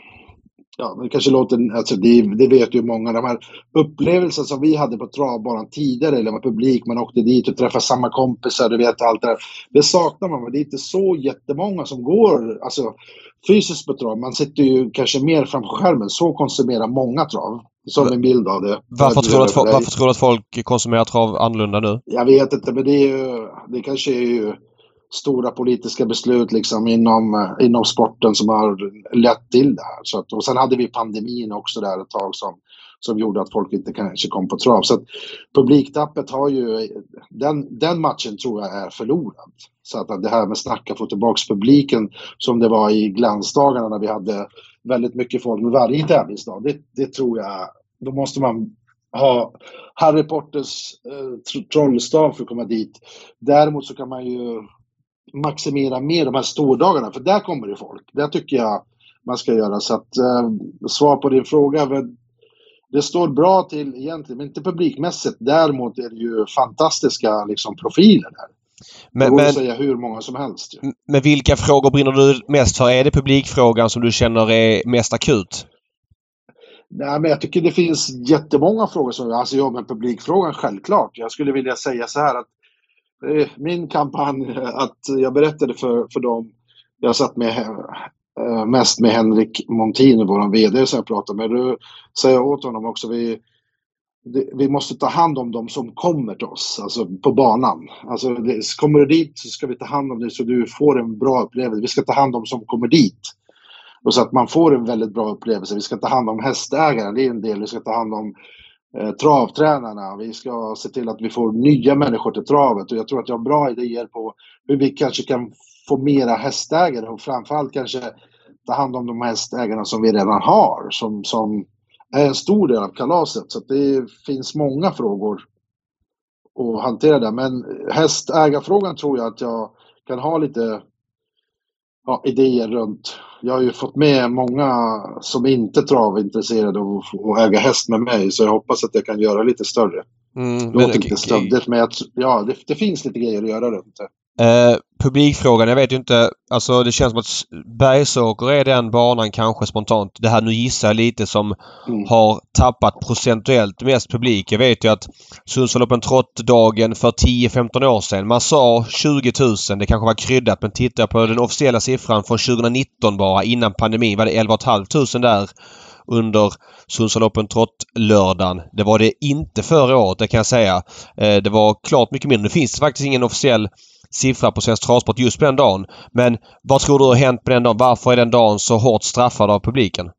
ja, det kanske låter, alltså det, det vet ju många, de här upplevelser som vi hade på travbanan tidigare, eller med publik, man åkte dit och träffade samma kompisar, du vet allt det där. Det saknar man, men det är inte så jättemånga som går, alltså fysiskt på trav. Man sitter ju kanske mer framför skärmen, så konsumerar många trav. Som en bild av det. Varför tror, du att, varför tror du att folk konsumerar trav annorlunda nu? Jag vet inte, men det är ju, det kanske är ju stora politiska beslut liksom inom, inom sporten som har lett till det här. Så att, och sen hade vi pandemin också där ett tag som, som gjorde att folk inte kanske kom på trav. Så att publiktappet har ju, den, den matchen tror jag är förlorad. Så att det här med snacka få tillbaks publiken som det var i glansdagarna när vi hade väldigt mycket folk med varje tävlingsdag. Det, det tror jag, då måste man ha Harry Potters eh, trollstav för att komma dit. Däremot så kan man ju maximera mer de här stordagarna, för där kommer det folk. Det tycker jag man ska göra. Så att eh, svar på din fråga, det står bra till egentligen, men inte publikmässigt. Däremot är det ju fantastiska liksom, profiler där. Men, jag men, säga hur många som helst. Ja. Men vilka frågor brinner du mest för? Är det publikfrågan som du känner är mest akut? Nej, men jag tycker det finns jättemånga frågor som, alltså ja, men publikfrågan självklart. Jag skulle vilja säga så här att eh, min kampanj, att jag berättade för, för dem, jag satt med eh, mest med Henrik Montin, vår vd som jag pratade med. Då säger jag åt honom också, vi Det, vi måste ta hand om dem som kommer till oss, alltså på banan. Alltså, det, kommer du dit så ska vi ta hand om dig så du får en bra upplevelse. Vi ska ta hand om som kommer dit. Och så att man får en väldigt bra upplevelse. Vi ska ta hand om hästägaren, det är en del. Vi ska ta hand om eh, travtränarna. Vi ska se till att vi får nya människor till travet. Och jag tror att jag har bra idéer på hur vi kanske kan få mera hästägare. Och framförallt kanske ta hand om de hästägarna som vi redan har. Som... som är en stor del av kalaset, så att det finns många frågor att hantera där. Men hästägarfrågan tror jag att jag kan ha lite ja, idéer runt. Jag har ju fått med många som inte är travintresserade och, och äga häst med mig, så jag hoppas att jag kan göra lite större. Mm, Låter lite stövdigt, men jag, ja, det, det finns lite grejer att göra runt det. Eh, publikfrågan, jag vet ju inte, alltså det känns som att Bergsåker är den banan kanske spontant, det här nu gissar jag lite, som mm. har tappat procentuellt mest publik. Jag vet ju att Sundsvall Trott-dagen för tio femton år sedan, man sa tjugo tusen, det kanske var kryddat, men titta på den officiella siffran från tjugonitton bara, innan pandemin var det elva tusen fem hundra där under Sundsvall Trott-lördagen. Det var det inte förra året, det kan jag säga. Eh, det var klart mycket mindre. Det finns faktiskt ingen officiell siffra på Svensk Travsport just på den dagen. Men vad tror du har hänt på den dagen? Varför är den dagen så hårt straffad av publiken?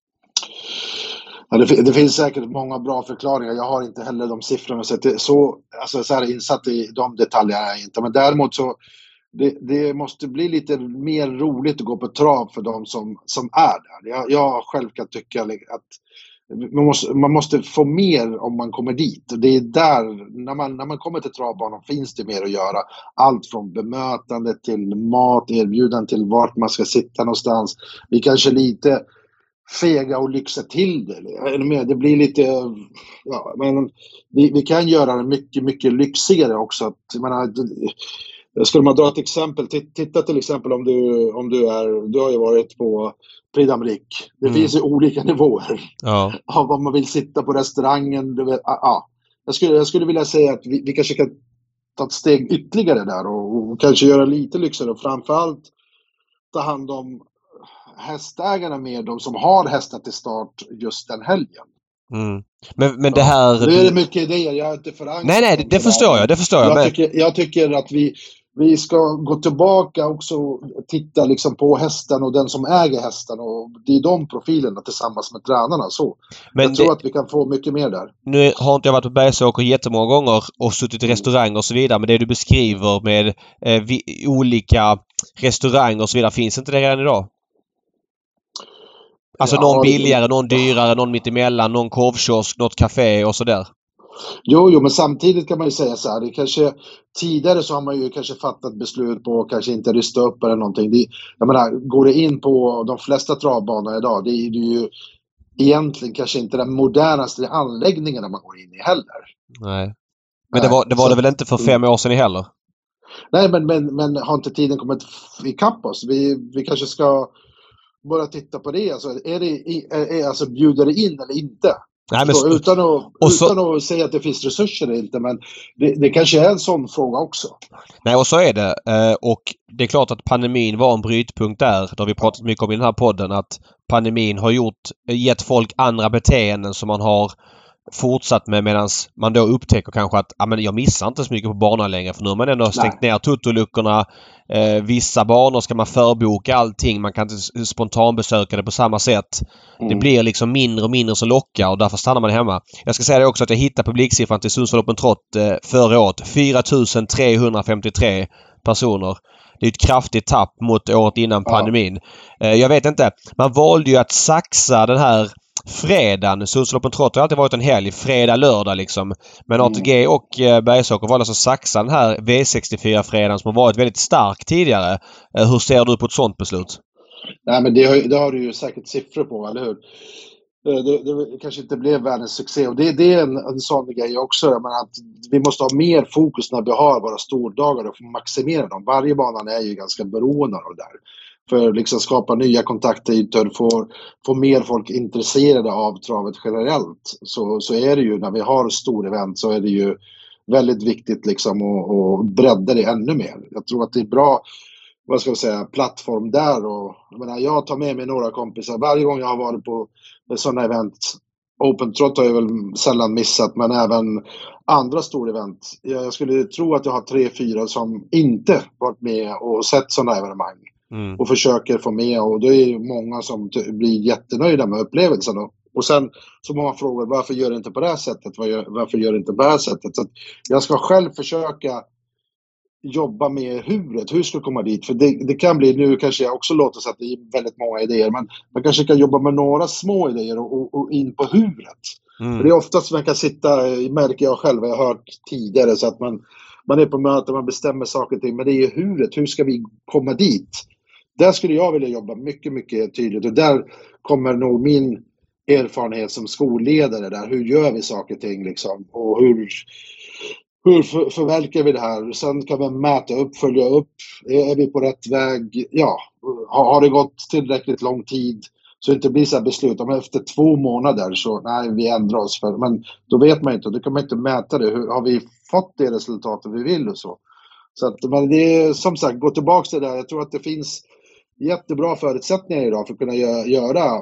Ja, det, det finns säkert många bra förklaringar. Jag har inte heller de siffrorna. Så, det, så, alltså, så här insatt i de detaljerna är jag inte. Men däremot så det, det måste bli lite mer roligt att gå på trav för de som, som är där. Jag, jag själv kan tycka att man måste, man måste få mer om man kommer dit. Det är där, när man, när man kommer till travbanan finns det mer att göra. Allt från bemötande till mat, erbjudande till vart man ska sitta någonstans. Vi kanske lite fega och lyxa till det. Det blir lite, ja, men vi, vi kan göra det mycket, mycket lyxigare också. Jag menar, skulle man dra ett exempel, titta till exempel om du, om du är, du har ju varit på Prix d'Amérique. Det mm. finns ju olika nivåer ja. av vad man vill sitta på restaurangen. Du vet, ja. jag, skulle, jag skulle vilja säga att vi, vi kanske kan ta ett steg ytterligare där och, och kanske göra lite lyxigare och framförallt ta hand om hästägarna med de som har hästar till start just den helgen. Mm. Men, men det här... Ja, det är mycket idéer, jag är inte förankrad. Nej, nej, det, det förstår jag, det förstår jag. Jag, men... tycker, jag tycker att vi, vi ska gå tillbaka också och titta liksom på hästen och den som äger hästen, och det är de profilerna tillsammans med tränarna. Så. Men jag tror det... att vi kan få mycket mer där. Nu har inte jag varit på Bergsåker jättemånga gånger och suttit i restauranger och så vidare, men det du beskriver med eh, vi, olika restauranger och så vidare, finns inte det redan idag? Alltså ja, någon billigare, det... någon dyrare, någon mittemellan, någon korvkiosk, något café och sådär. Jo, jo, men samtidigt kan man ju säga så här, det kanske, tidigare så har man ju kanske fattat beslut på att kanske inte rysta upp eller någonting. Det, jag menar, går det in på de flesta travbanor idag, det är ju egentligen kanske inte den modernaste anläggningen man går in i heller. Nej, men det var det, var så, det väl inte för fem år sedan heller? Nej, men, men, men har inte tiden kommit ikapp oss? Vi, vi kanske ska bara titta på det. Alltså, är det är, är, alltså, bjuder det in eller inte? Nej, men... så, utan att, och så... utan att säga att det finns resurser eller inte, men det, det kanske är en sån fråga också. Nej, och så är det. Och det är klart att pandemin var en brytpunkt där. Det har vi pratat mycket om i den här podden, att pandemin har gjort, gett folk andra beteenden som man har fortsatt med, medan man då upptäcker kanske att ah, men jag missar inte så mycket på banan längre, för nu har man ändå stängt Nej. ner tuttoluckorna. Eh, vissa banor ska man förboka allting. Man kan inte spontanbesöka det på samma sätt. Mm. Det blir liksom mindre och mindre som lockar, och därför stannar man hemma. Jag ska säga det också att jag hittade publiksiffran till Sundsvall Open Trot eh, förra året. fyra tusen trehundrafemtiotre personer. Det är ett kraftigt tapp mot året innan ja. pandemin. Eh, jag vet inte. Man valde ju att saxa den här fredagen. Sundsvall Open Trot har alltid varit en helg. Fredag, lördag liksom. Men A T G mm. och eh, Bergsåker valde alltså saxa den här V sextiofyra-fredagen som har varit väldigt stark tidigare. Eh, hur ser du på ett sånt beslut? Nej, men det har, det har du ju säkert siffror på, eller hur? Det, det, det kanske inte blev världens succé. Och det, det är en, en sån grej också. Men att vi måste ha mer fokus när vi har våra stordagar och maximera dem. Varje banan är ju ganska beroende av det där. För att liksom skapa nya kontaktytor, få, få mer folk intresserade av travet generellt. Så, så är det ju, när vi har stor event så är det ju väldigt viktigt liksom att, att bredda det ännu mer. Jag tror att det är bra, vad ska jag säga, plattform där. Och, jag menar, jag tar med mig några kompisar varje gång jag har varit på sådana event. Open Trot har jag väl sällan missat, men även andra stora event. Jag skulle tro att jag har tre, fyra som inte varit med och sett sådana evenemang. Mm. Och försöker få med, och det är många som t- blir jättenöjda med upplevelsen. Och, och sen så många frågor, varför gör det inte på det här sättet? Varför gör det inte på det här sättet? Så att jag ska själv försöka jobba med huret. Hur ska jag komma dit? För det, det kan bli, nu kanske jag också låter så att det är väldigt många idéer, men man kanske kan jobba med några små idéer och, och, och in på huret. Mm. För det är oftast man kan sitta, märker jag själv, jag har hört tidigare, så att man, man är på möte, man bestämmer saker och ting, men det är huret. Hur ska vi komma dit? Där skulle jag vilja jobba mycket, mycket tydligt, och där kommer nog min erfarenhet som skolledare där. Hur gör vi saker och ting liksom? Och hur, hur för, förverkar vi det här? Sen kan vi mäta upp, följa upp. Är vi på rätt väg? Ja, har, har det gått tillräckligt lång tid så det inte blir så här beslut om efter två månader så nej, vi ändrar oss. För, men då vet man inte, då kan man inte mäta det. Hur, har vi fått det resultatet vi vill och så? Så att, men det är som sagt, gå tillbaka till det där. Jag tror att det finns jättebra förutsättningar idag för att kunna göra, göra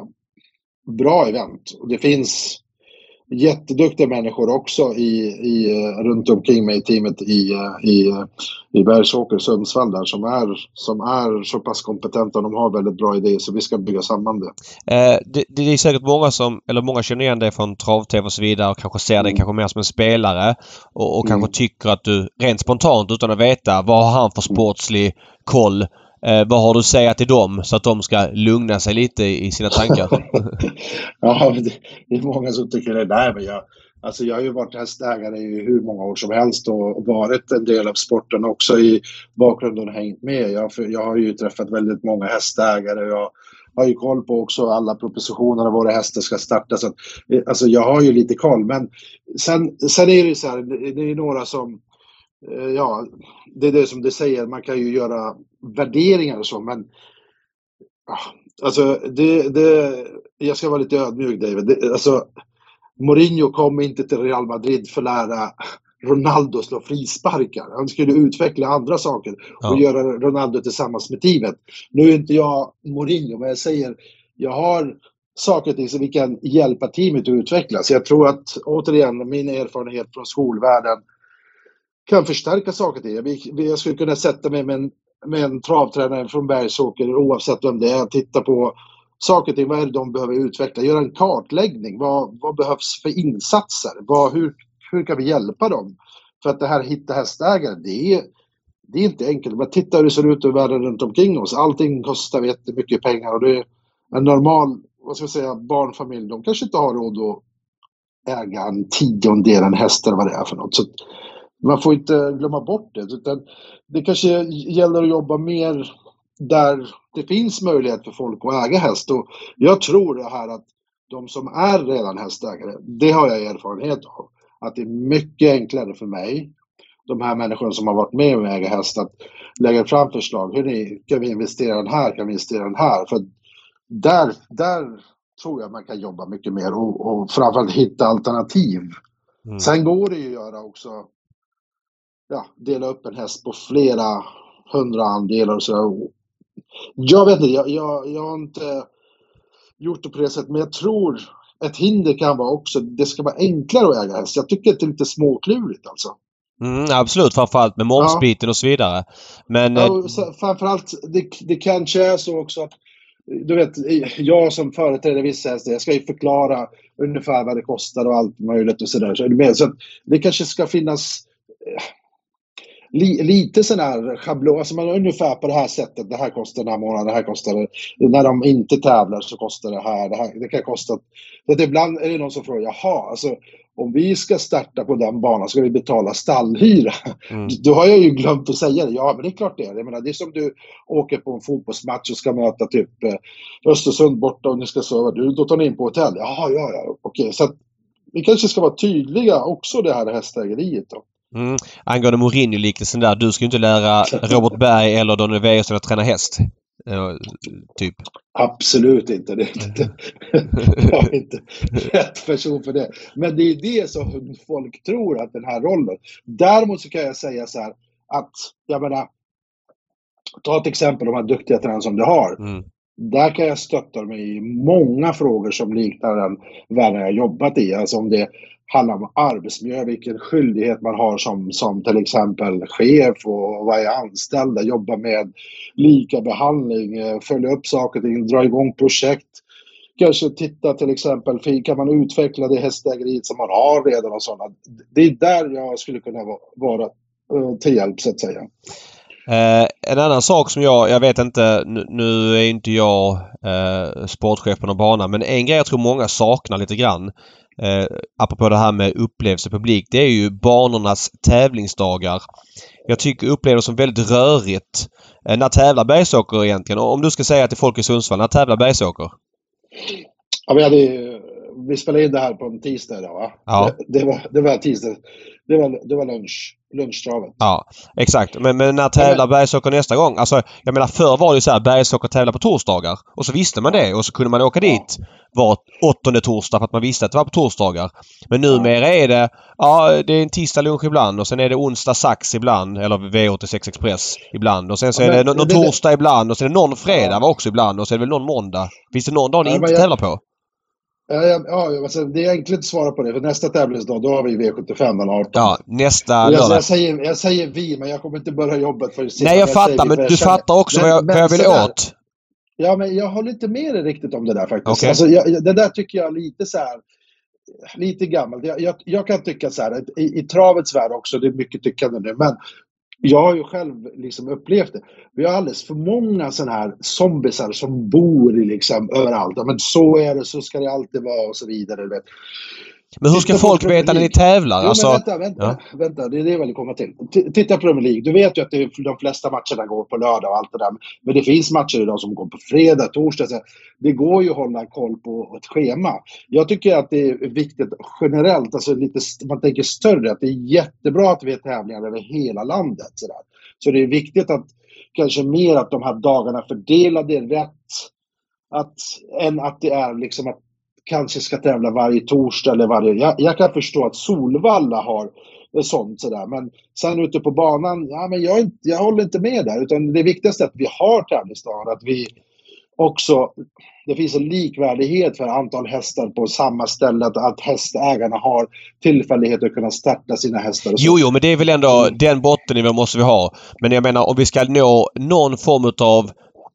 bra event. Och det finns jätteduktiga människor också i, i, runt omkring mig i teamet i, i, i Bergsåker, Sundsvall där, som är, som är så pass kompetenta och de har väldigt bra idéer, så vi ska bygga samman det. Eh, det, det är säkert många som, eller många känner igen dig från trav-tv och så vidare och kanske ser dig mm. kanske mer som en spelare och, och mm. kanske tycker att du rent spontant utan att veta vad har han för sportslig koll Eh, vad har du att säga till dem så att de ska lugna sig lite i sina tankar? Ja, det, det är många som tycker det där, men jag, alltså jag har ju varit hästägare i hur många år som helst och varit en del av sporten också i bakgrunden och hängt med. Jag, jag har ju träffat väldigt många hästägare. Jag har ju koll på också alla propositioner och våra hästar ska starta. Så att, alltså jag har ju lite koll, men sen, sen är det ju så här, det, det är några som, ja, det är det som du säger, man kan ju göra värderingar och så, men alltså det, det, jag ska vara lite ödmjuk, David. Det, alltså Mourinho kom inte till Real Madrid för att lära Ronaldo slå frisparkar. Han skulle utveckla andra saker och ja. göra Ronaldo tillsammans med teamet. Nu är inte jag Mourinho, men jag säger, jag har saker och ting som vi kan hjälpa teamet att utvecklas. Jag tror att, återigen, min erfarenhet från skolvärlden kan förstärka saker och ting. Jag skulle kunna sätta mig med en, med en travtränare från Bergsåker, oavsett vem det är, titta på saker och ting, vad är det de behöver utveckla, göra en kartläggning, vad, vad behövs för insatser, vad, hur, hur kan vi hjälpa dem? För att det här hitta hästägare, det är, det är inte enkelt. Man tittar hur det ser ut i världen runt omkring oss, allting kostar jättemycket pengar och det är en normal, vad ska jag säga, barnfamilj, de kanske inte har råd att äga en tiondel en häst eller vad det är för något. Så man får inte glömma bort det, utan det kanske gäller att jobba mer där det finns möjlighet för folk att äga häst. Och jag tror det här att de som är redan hästägare, det har jag erfarenhet av, att det är mycket enklare för mig, de här människorna som har varit med och äga häst, att lägga fram förslag. Hur kan vi investera den här? Kan vi investera den här? För där, där tror jag man kan jobba mycket mer och, och framförallt hitta alternativ. Mm. Sen går det ju att göra också, ja, dela upp en häst på flera hundra andelar och så. Jag vet inte, jag, jag, jag har inte gjort det på det sättet, men jag tror ett hinder kan vara också, det ska vara enklare att äga häst. Jag tycker att det är lite småklurigt alltså. Mm, absolut, framförallt med momsbiten ja. och så vidare. Men ja, och så, framförallt, det, det kanske är så också att, du vet, jag som företräder vissa hästar, jag ska ju förklara ungefär vad det kostar och allt möjligt och sådär. Så, så att det kanske ska finnas lite sån här schablon, alltså man är ungefär på det här sättet, det här kostar den här månaden, det här kostar det, när de inte tävlar så kostar det här, det här, det kan kosta, så att ibland är det någon som frågar, jaha, alltså om vi ska starta på den banan ska vi betala stallhyra, mm. då har jag ju glömt att säga det, ja men det är klart det är, jag menar, det är som du åker på en fotbollsmatch och ska möta typ Östersund borta och ni ska sova, du, då tar ni in på hotell, jaha, ja, ja, okej, så att vi kanske ska vara tydliga också det här hästägeriet då. Mm. Angående Mourinho-liknelsen där, du ska ju inte lära Robert Berg eller Donny Wäjersten att träna häst. Uh, typ. Absolut inte. Det är inte, jag är inte rätt person för det. Men det är det som folk tror att den här rollen. Däremot så kan jag säga så här att, jag menar, ta ett exempel de här duktiga tränarna som du har. Mm. Där kan jag stötta mig i många frågor som liknar den världen jag jobbat i. Alltså om det handlar om arbetsmiljö, vilken skyldighet man har som, som till exempel chef och vad är anställda, jobba med lika behandling, följa upp saker och ting, dra igång projekt. Kanske titta till exempel, kan man utveckla det hästägeriet som man har redan och sådana. Det är där jag skulle kunna vara till hjälp så att säga. Eh, en annan sak som jag, jag vet inte, nu, nu är inte jag eh, sportchef på någon bana, men en grej jag tror många saknar lite grann, eh, apropå det här med upplevelsepublik, det är ju banornas tävlingsdagar. Jag tycker upplever det som väldigt rörigt. Eh, när tävlar Bergsåker egentligen? Om du ska säga till folk i Sundsvall, när tävlar Bergsåker? Ja, vi, hade, vi spelade in det här på en tisdag idag, va? Ja. Det, det, var, det var tisdag. Det var, det var lunch. Lunchtravet. Ja, exakt. Men, men när tävlar Bergsåker nästa gång? Alltså, jag menar, förr var det ju så här, Bergsåker tävlar på torsdagar. Och så visste man det. Och så kunde man åka ja. dit var åttonde torsdag för att man visste att det var på torsdagar. Men numera är det, ja, det är en tisdag lunch ibland. Och sen är det onsdag sax ibland. Eller V åttiosex Express ibland. Och sen så är det någon det, torsdag det, ibland. Och sen är det någon fredag ja. också ibland. Och så är det väl någon måndag. Finns det någon dag ni ja, inte jag, tävlar på? Ja, ja, alltså, det är enkelt att svara på det. För nästa tävlingsdag, då har vi V sjuttiofem den artonde. Ja, nästa jag, lördag. Jag säger, jag säger vi, men jag kommer inte börja jobbet för Nej, jag, jag fattar, men du fattar också men, vad jag, vad jag vill där, åt. Ja, men jag håller inte med dig riktigt om det där faktiskt. Okay. Alltså, jag, det där tycker jag är lite så här, lite gammalt. Jag, jag, jag kan tycka så här, i, i travets värld också, det är mycket tyckande nu, men jag har ju själv liksom upplevt det. Vi har alldeles för många sådana här zombisar som bor i liksom överallt. Ja, men så är det, så ska det alltid vara och så vidare. Vet. Men hur ska folk veta när ni tävlar? Jo, alltså, men vänta, vänta, ja. vänta, det är det jag vill komma till. T- titta på Premier League. Du vet ju att det, de flesta matcherna går på lördag och allt det där. Men det finns matcher idag som går på fredag, torsdag. Så det går ju att hålla koll på ett schema. Jag tycker att det är viktigt generellt, alltså lite, man tänker större, att det är jättebra att vi har tävlingar över hela landet. Så, där. Så det är viktigt att kanske mer att de här dagarna fördelade rätt. Att, än att det är liksom att kanske ska tävla varje torsdag eller varje... Jag, jag kan förstå att Solvalla har sånt sådär. Men sen ute på banan, ja men jag, inte, jag håller inte med där. Utan det viktigaste är att vi har tävlingsdagar. Att vi också... Det finns en likvärdighet för antal hästar på samma ställe. Att, att hästägarna har tillfällighet att kunna starta sina hästar. Och så. Jo, jo, men det är väl ändå mm. den bottennivån måste vi ha. Men jag menar, om vi ska nå någon form av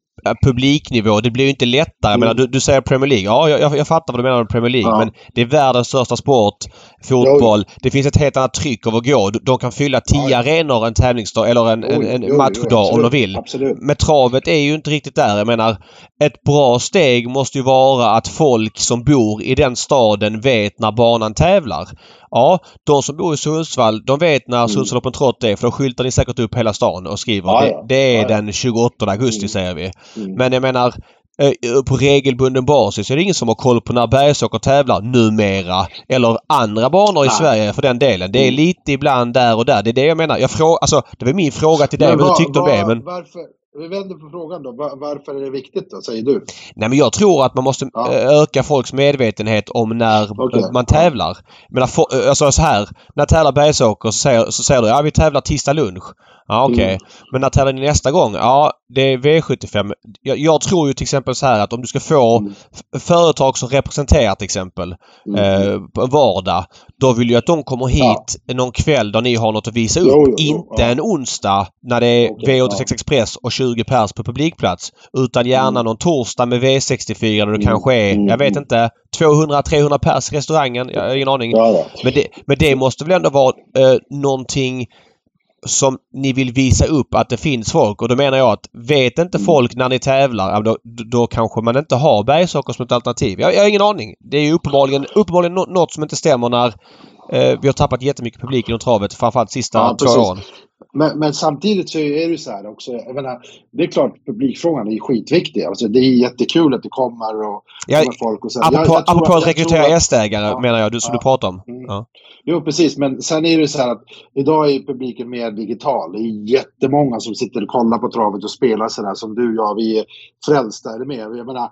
publiknivå, det blir ju inte lättare. Mm. Jag menar, du, du säger Premier League. Ja, jag, jag fattar vad du menar med Premier League. Ja. Men det är världens största sport, fotboll. Jo. Det finns ett helt annat tryck av att gå. De kan fylla tio ja. arenor en tävlingsdag eller en, en, en jo, matchdag jo, om de vill. Absolut. Men travet är ju inte riktigt där. Jag menar, ett bra steg måste ju vara att folk som bor i den staden vet när banan tävlar. Ja, de som bor i Sundsvall, de vet när mm. Sundsvall Open Trot är, för då skyltar ni säkert upp hela stan och skriver. Ja, ja. Det, det är ja, ja. den tjugoåttonde augusti mm. säger vi. Mm. Men jag menar, på regelbunden basis är det ingen som har koll på när Bergsåker tävlar numera. Eller andra banor i Nej. Sverige för den delen. Det är lite ibland där och där. Det är det jag menar. Jag fråga, alltså, det var min fråga till dig, vad du tyckte om det. Men... Varför? Vi vänder på frågan då. Var, varför är det viktigt då, säger du? Nej, men jag tror att man måste ja. öka folks medvetenhet om när okay. man tävlar. Men alltså så här, när tävlar Bergsåker så säger, så säger du, ja vi tävlar tisdag lunch. Ja okej. Okay. Mm. Men när tävlar ni nästa gång? Ja, det är V sjuttiofem. Jag, jag tror ju till exempel så här att om du ska få mm. f- företag som representerar till exempel mm. eh, på vardag, då vill ju att de kommer hit ja. någon kväll där ni har något att visa upp. Jo, jo, jo. Inte ja. en onsdag när det är okay, V åttiosex ja. Express och tjugo pers på publikplats. Utan gärna mm. någon torsdag med V sextiofyra där det mm. kanske är, mm. jag vet inte, tvåhundra till trehundra pers i restaurangen. Jag har ingen aning. Ja, ja. Men, det, men det måste väl ändå vara eh, någonting som ni vill visa upp att det finns folk. Och då menar jag att vet inte folk när ni tävlar, då, då kanske man inte har Bergsåker som ett alternativ. Jag, jag har ingen aning. Det är ju uppenbarligen, uppenbarligen något som inte stämmer när eh, vi har tappat jättemycket publik inom travet, framförallt sista ja, två åren. Men, men samtidigt så är det så här också. Jag menar, det är klart publikfrågan är skitviktig. Alltså, det är jättekul att det kommer och ja, kommer folk. Och så. Apropå, jag, jag apropå att rekrytera hästägare ja, menar jag, du, som ja, du pratar om. Mm. Ja. Jo, precis. Men sen är det så här att idag är publiken mer digital. Det är jättemånga som sitter och kollar på travet och spelar sådär som du och jag. Vi är frälsta, är det med? Jag menar,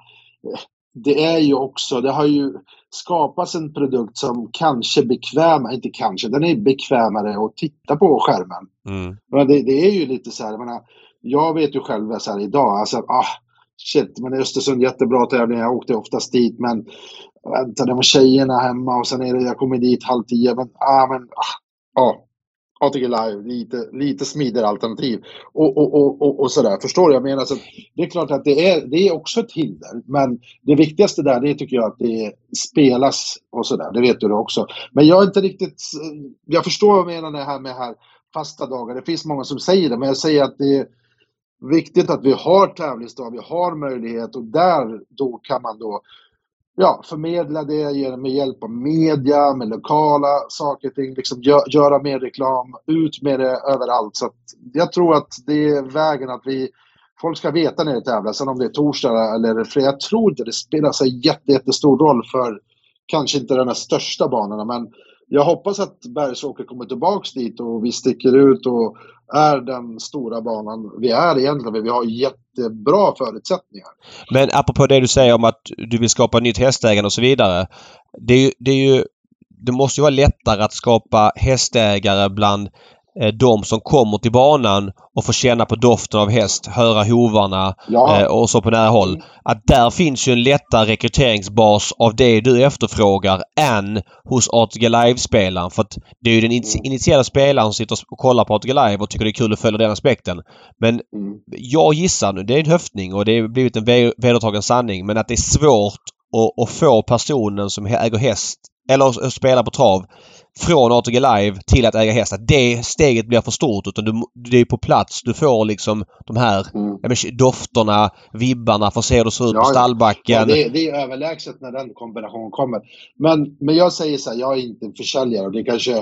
det är ju också, det har ju skapats en produkt som kanske bekvämare, inte kanske, den är bekvämare att titta på skärmen. Mm. Men det, det är ju lite så här, jag menar, jag vet ju själv så här idag, alltså, ah, shit, men Östersund jättebra tävling, jag åkte oftast dit, men vänta, det var tjejerna hemma och sen är det, jag kommer dit halv tio, men, ah, men, ah, ah. A T G Live, lite, lite smidigare alternativ och, och, och, och, och sådär, förstår jag menar, så det är klart att det är, det är också ett hinder, men det viktigaste där, det tycker jag att det spelas och sådär, det vet du också, men jag är inte riktigt, jag förstår vad jag menar det här med här fasta dagar, det finns många som säger det, men jag säger att det är viktigt att vi har tävlingsdag, vi har möjlighet och där då kan man då ja, förmedla det med hjälp av media, med lokala saker och ting, liksom gö- göra mer reklam, ut med det överallt. Så att jag tror att det är vägen att vi, folk ska veta när det tävlar, sen om det är torsdag eller fredag. Jag tror inte det spelar sig jätte, jättestor roll för kanske inte den här största banorna, men jag hoppas att Bergsåker kommer tillbaks dit och vi sticker ut och är den stora banan vi är egentligen. Vi har jättebra förutsättningar. Men apropå det du säger om att du vill skapa nytt hästägande och så vidare. Det, är ju, det, är ju, det måste ju vara lättare att skapa hästägare bland eh, de som kommer till banan och får känna på doften av häst, höra hovarna ja. eh, och så på nära håll. Att där finns ju en lättare rekryteringsbas av det du efterfrågar än hos A T G Live-spelaren. För att det är ju den in- initierade spelaren som sitter och kollar på A T G Live och tycker det är kul att följa den aspekten. Men mm. jag gissar nu, det är en höftning och det har blivit en vedertagen sanning, men att det är svårt att, att få personen som äger häst eller spela på trav från A T G Live till att äga hästar. Det steget blir för stort utan du, det är på plats. Du får liksom de här mm. ja, men, dofterna, vibbarna, får se hur det ser ut ja, på stallbacken. Ja, det, det är överlägset när den kombinationen kommer. Men, men jag säger så här, jag är inte en försäljare. Det kanske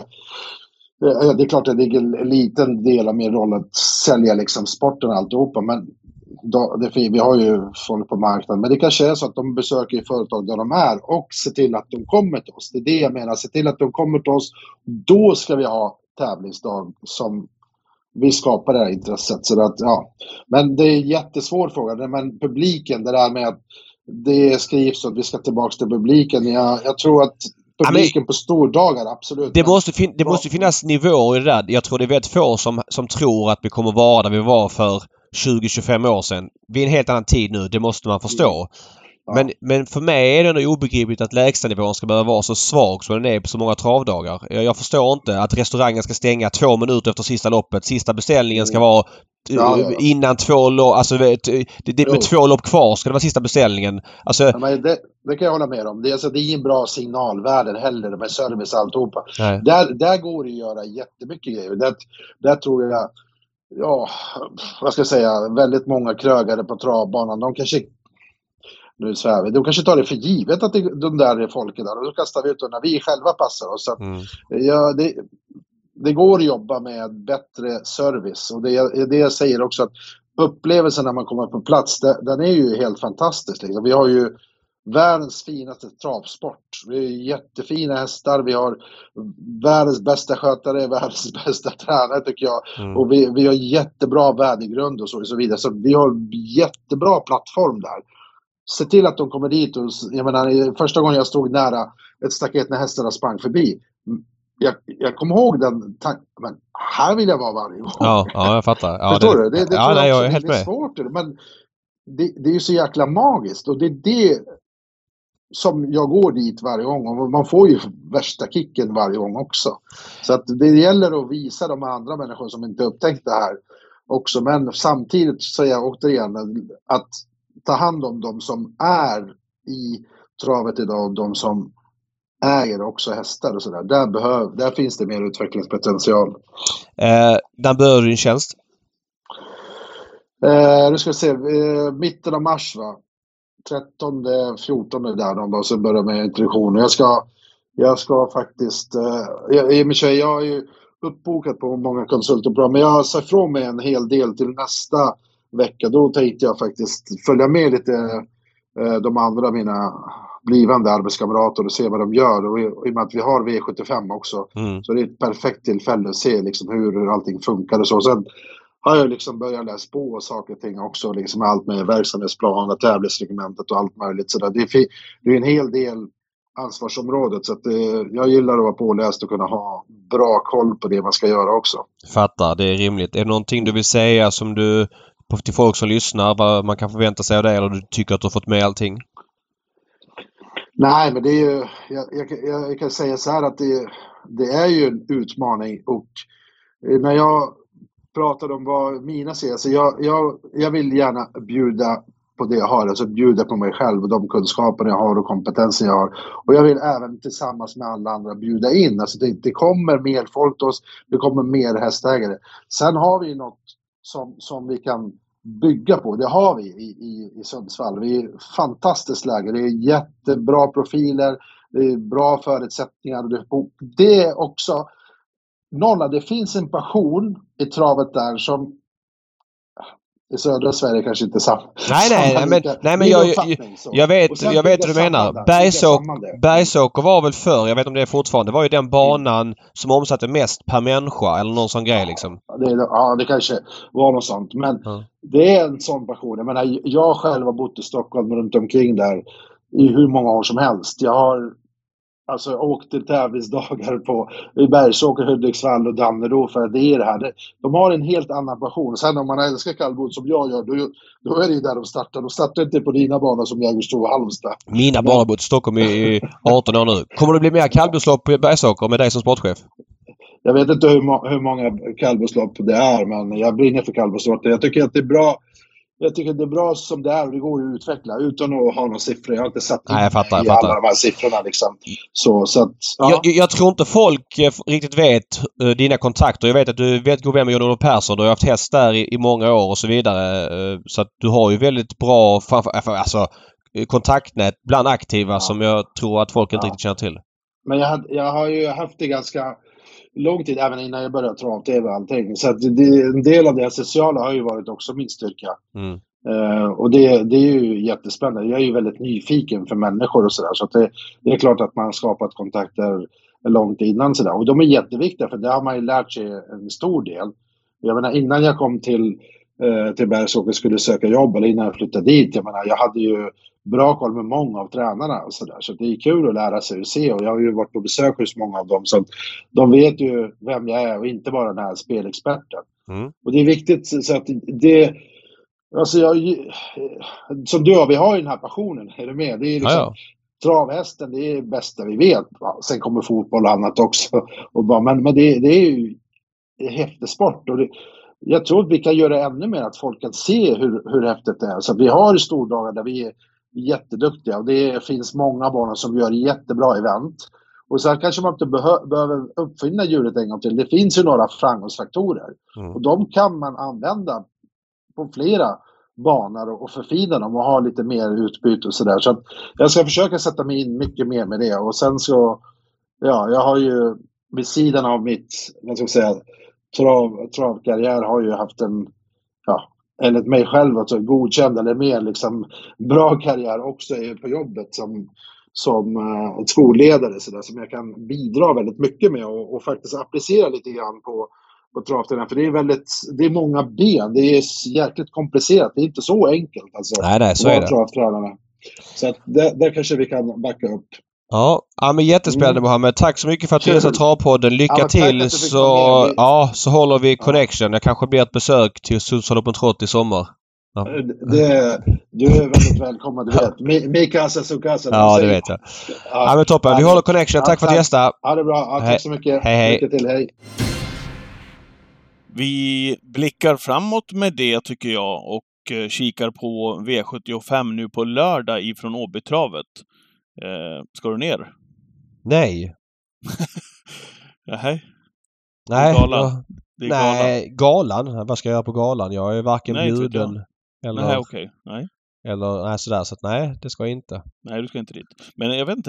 det är klart att det är en liten del av min roll att sälja liksom sporten och alltihopa, men då, det, vi har ju folk på marknaden, men det kanske är så att de besöker företag där de är och ser till att de kommer till oss. Det är det jag menar, se till att de kommer till oss. Då ska vi ha tävlingsdag som vi skapar det här intresset. Så att, ja. Men det är en jättesvår fråga. Men publiken, det där med att det skrivs att vi ska tillbaka till publiken. Jag, jag tror att publiken men, på stordagar, absolut. Det måste, fin- det måste finnas nivåer i det där. Jag tror det är väldigt få som, som tror att vi kommer vara där vi var för tjugo till tjugofem år sedan. Vi är en helt annan tid nu, det måste man förstå. Mm. Ja. Men, men för mig är det nog obegripligt att lägstanivån ska behöva vara så svag som den är på så många travdagar. Jag, jag förstår inte att restaurangen ska stänga två minuter efter sista loppet. Sista beställningen ska vara ja, ja, ja. innan två lopp. Alltså det, det, med två lopp kvar ska det vara sista beställningen. Alltså, ja, men det, det kan jag hålla med om. Det är, alltså, det är ingen bra signalvärden heller med service och alltihopa. Där, där går det att göra jättemycket grejer. Där, där tror jag, ja, vad ska jag säga, väldigt många krögare på travbanan, de kanske nu svär vi. De kanske tar det för givet att det, de där är folket där och då kastar vi ut dem när vi själva passar oss. Så att, mm. ja, det, det går att jobba med bättre service och det är det jag säger också att upplevelsen när man kommer på plats, det, den är ju helt fantastisk. Liksom. Vi har ju världens finaste travsport. Vi har jättefina hästar, vi har världens bästa skötare, världens bästa tränare tycker jag. Mm. Och vi, vi har jättebra värdegrund och så, och så vidare. Så vi har jättebra plattform där. Se till att de kommer dit och jag menar, första gången jag stod nära ett staket när hästarna sprang förbi. Jag, jag kommer ihåg den tanken, men här vill jag vara varje gång. Ja, ja jag fattar. Ja, Förstår det, du? Det, det, ja, tror nej, jag jag är också, helt det är med. svårt. Men det, det är ju så jäkla magiskt och det är det som jag går dit varje gång och man får ju värsta kicken varje gång också. Så att det gäller att visa de andra människor som inte upptäckt det här också. Men samtidigt säger jag återigen att ta hand om de som är i travet idag och de som äger också hästar och sådär. Där, behöv, där finns det mer utvecklingspotential. Eh, där börjar din tjänst? Eh, nu ska vi se. Eh, mitten av mars va? trettonde, fjortonde där någon dag så börjar med introduktion. Jag ska, jag ska faktiskt... Eh, jag, i och för sig, jag är ju uppbokat på många konsultuppdrag men jag har sagt från mig en hel del till nästa vecka. Då tänkte jag faktiskt följa med lite eh, de andra mina blivande arbetskamrater och se vad de gör. Och i, och i och med att vi har V sjuttiofem också mm. så det är ett perfekt tillfälle att se liksom hur allting funkar och så. Sen har jag liksom börjat läsa på saker och ting också, liksom allt med verksamhetsplan, tävlingsreglementet och allt möjligt. Så där. Det, är, det är en hel del ansvarsområdet så att eh, jag gillar att vara påläst och kunna ha bra koll på det man ska göra också. Fattar, det är rimligt. Är det någonting du vill säga som du till folk som lyssnar, vad man kan förvänta sig av dig eller du tycker att du har fått med allting? Nej, men det är ju, jag, jag, jag kan säga så här att det, det är ju en utmaning och när jag pratade om vad mina säger, så jag, jag, jag vill gärna bjuda på det jag har, alltså bjuda på mig själv och de kunskaper jag har och kompetenser jag har. Och jag vill även tillsammans med alla andra bjuda in, alltså det, det kommer mer folk till oss, det kommer mer hästägare. Sen har vi något som, som vi kan bygga på, det har vi i, i, i Sundsvall. Vi är fantastiskt läge, det är jättebra profiler, det är bra förutsättningar. Det, det är också Nolla, det finns en passion i travet där som i södra Sverige kanske inte samma. Nej, nej, nej, men, nej, men jag, jag, jag vet, jag vet vad du menar. Bergsåker, Bergsåker var väl förr, jag vet om det är fortfarande, det var ju den banan mm. som omsatte mest per människa eller någon sån grej liksom. Ja, det, ja, det kanske var något sånt, men mm. det är en sån passion. Jag menar, jag själv har bott i Stockholm runt omkring där i hur många år som helst. Jag har alltså åkt till tävlingsdagar på i Bergsåker, Hudiksvall och Danderyd för att det är det här. De har en helt annan passion. Sen om man älskar kallblod som jag gör, då, då är det ju där de startar. De startar inte på dina banor som Jägersro och Halmstad. Mina barn har bott i Stockholm i arton år nu. Kommer det bli mer kallblodslopp på Bergsåker med dig som sportchef? Jag vet inte hur, må- hur många kallblodslopp det är, men jag brinner för kallblodslopp. Jag tycker att det är bra. jag tycker det är bra som det är och det går att utveckla utan att ha några siffror. Jag har inte satt in Nej, jag fattar, jag i fattar. alla de här siffrorna liksom. Så, så att, ja. jag, jag tror inte folk riktigt vet uh, dina kontakter. Jag vet att du vet god vem med Jan-Olof Persson. Du har haft häst där i, i många år och så vidare. Uh, så att du har ju väldigt bra framför, alltså, kontaktnät bland aktiva ja. Som jag tror att folk inte ja. Riktigt känner till. Men jag, had, jag har ju haft det ganska lång tid även innan jag började trav-tv och allting. Så att det, en del av det sociala har ju varit också min styrka. Mm. Uh, och det, det är ju jättespännande. Jag är ju väldigt nyfiken för människor och sådär. Så att det, det är klart att man har skapat kontakter långt innan sådär. Och de är jätteviktiga för det har man ju lärt sig en stor del. Jag menar innan jag kom till, uh, till Bergsåker och skulle söka jobb eller innan jag flyttade dit. Jag menar jag hade ju bra koll med många av tränarna och sådär. Så det är kul att lära sig och se. Och jag har ju varit på besök hos många av dem. Så de vet ju vem jag är och inte bara den här spelexperten. Mm. Och det är viktigt så att det... Alltså jag... Som du har, vi har ju den här passionen. Är du med? Det är liksom... Ja, ja. Travhästen, det är det bästa vi vet. Sen kommer fotboll och annat också. Och bara, men men det, det är ju häftig sport. Och det, jag tror att vi kan göra ännu mer att folk kan se hur, hur häftigt det är. Så vi har stordagar där vi är jätteduktiga och det finns många banor som gör jättebra event. Och så kanske man inte behö- behöver uppfinna hjulet en gång till. Det finns ju några framgångsfaktorer. Mm. Och de kan man använda på flera banor och, och förfina dem och ha lite mer utbyte och sådär. Så att jag ska försöka sätta mig in mycket mer med det. Och sen så, ja, jag har ju vid sidan av mitt, vad ska jag säga, trav, travkarriär har ju haft en, ja, enligt mig själv alltså godkänd eller mer liksom bra karriär också på jobbet som, som uh, skolledare så där, som jag kan bidra väldigt mycket med och, och faktiskt applicera lite grann på, på travtränaren. För det är väldigt, det är många ben, det är jäkligt komplicerat, det är inte så enkelt alltså. Nej, nej, så är det. Travtränarna. Så att där, där kanske vi kan backa upp. Ja, ja men jättespännande mm. Mohammed. Tack så mycket för att du gästade Travpodden. Lycka ja, till så, ja, så håller vi connection. Jag kanske blir ett besök till Sundsvall Open Trot i sommar. Ja. Det, du är väldigt välkommen, du vet. Mikasa Sukasa. Ja, det vet jag. Ja, ja men toppen. Vi håller connection. Tack ja, för att du gästade. Ja, det är bra. Ja, tack så mycket. Hej, hej. Lycka till. Hej. Vi blickar framåt med det tycker jag och kikar på V sjuttiofem nu på lördag ifrån Åbytravet. Eh, ska du ner? Nej. Nej. Nej. Galan. Jag, det är nej, galan. galan. Vad ska jag göra på galan? Jag är varken nej, bjuden eller... Nej, okej. Okay. Nej. Eller nej, sådär. Så att nej, det ska jag inte. Nej, du ska inte dit. Men jag vet inte.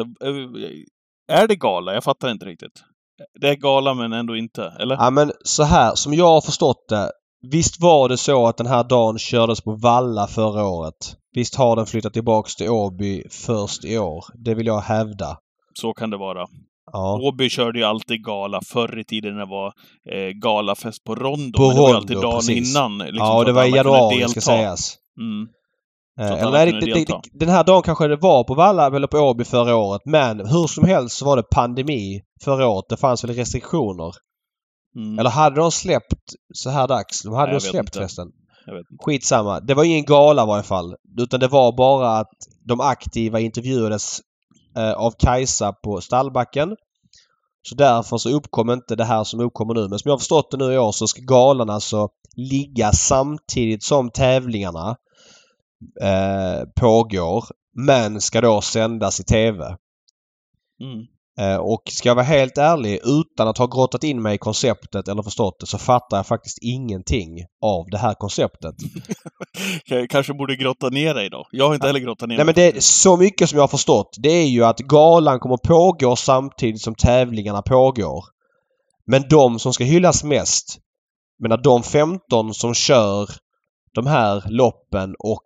Är det gala? Jag fattar inte riktigt. Det är gala men ändå inte, eller? Ja, men så här, som jag har förstått det. Visst var det så att den här dagen kördes på Valla förra året. Visst har den flyttat tillbaks till Åby först i år. Det vill jag hävda. Så kan det vara. Ja. Åby körde ju alltid gala förr i tiden när det var eh, galafest på Rondo. På men det var Rondo, alltid dagen precis. innan. Liksom, ja, det var i januari ska sägas. Mm. Eh, eller nej, det, det, det, den här dagen kanske det var på Valla eller på Åby förra året. Men hur som helst så var det pandemi förra året. Det fanns väl restriktioner. Mm. Eller hade de släppt så här dags? De hade nej, de släppt förresten. Skitsamma. Det var ingen gala i varje fall. Utan det var bara att de aktiva intervjuades eh, av Kajsa på Stallbacken. Så därför så uppkom inte det här som uppkommer nu. Men som jag har förstått det nu i år så ska galan alltså ligga samtidigt som tävlingarna eh, pågår. Men ska då sändas i tv. Mm. Eh, och ska jag vara helt ärlig, utan att ha grottat in mig i konceptet eller förstått det, så fattar jag faktiskt ingenting av det här konceptet. Kanske borde grotta ner dig då. Jag har inte heller grottat ner Nej, mig. men det är så mycket som jag har förstått. Det är ju att galan kommer pågå samtidigt som tävlingarna pågår. Men de som ska hyllas mest, men de femton som kör de här loppen och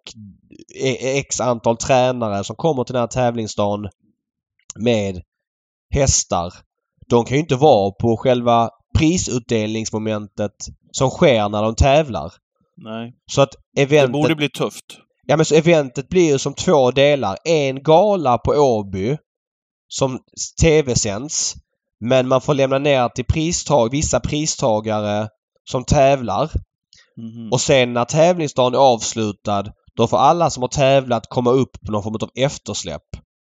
x antal tränare som kommer till den här tävlingsdagen med hästar. De kan ju inte vara på själva prisutdelningsmomentet som sker när de tävlar. Nej. Så att eventet... Det borde bli tufft. Ja, men så eventet blir ju som två delar. En gala på Åby som tv-sänds. Men man får lämna ner till pristag, vissa pristagare som tävlar. Mm-hmm. Och sen när tävlingsdagen är avslutad, då får alla som har tävlat komma upp på någon form av eftersläpp.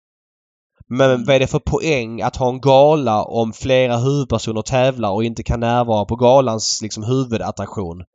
Men vad är det för poäng att ha en gala om flera huvudpersoner tävlar och inte kan närvara på galans liksom huvudattraktion?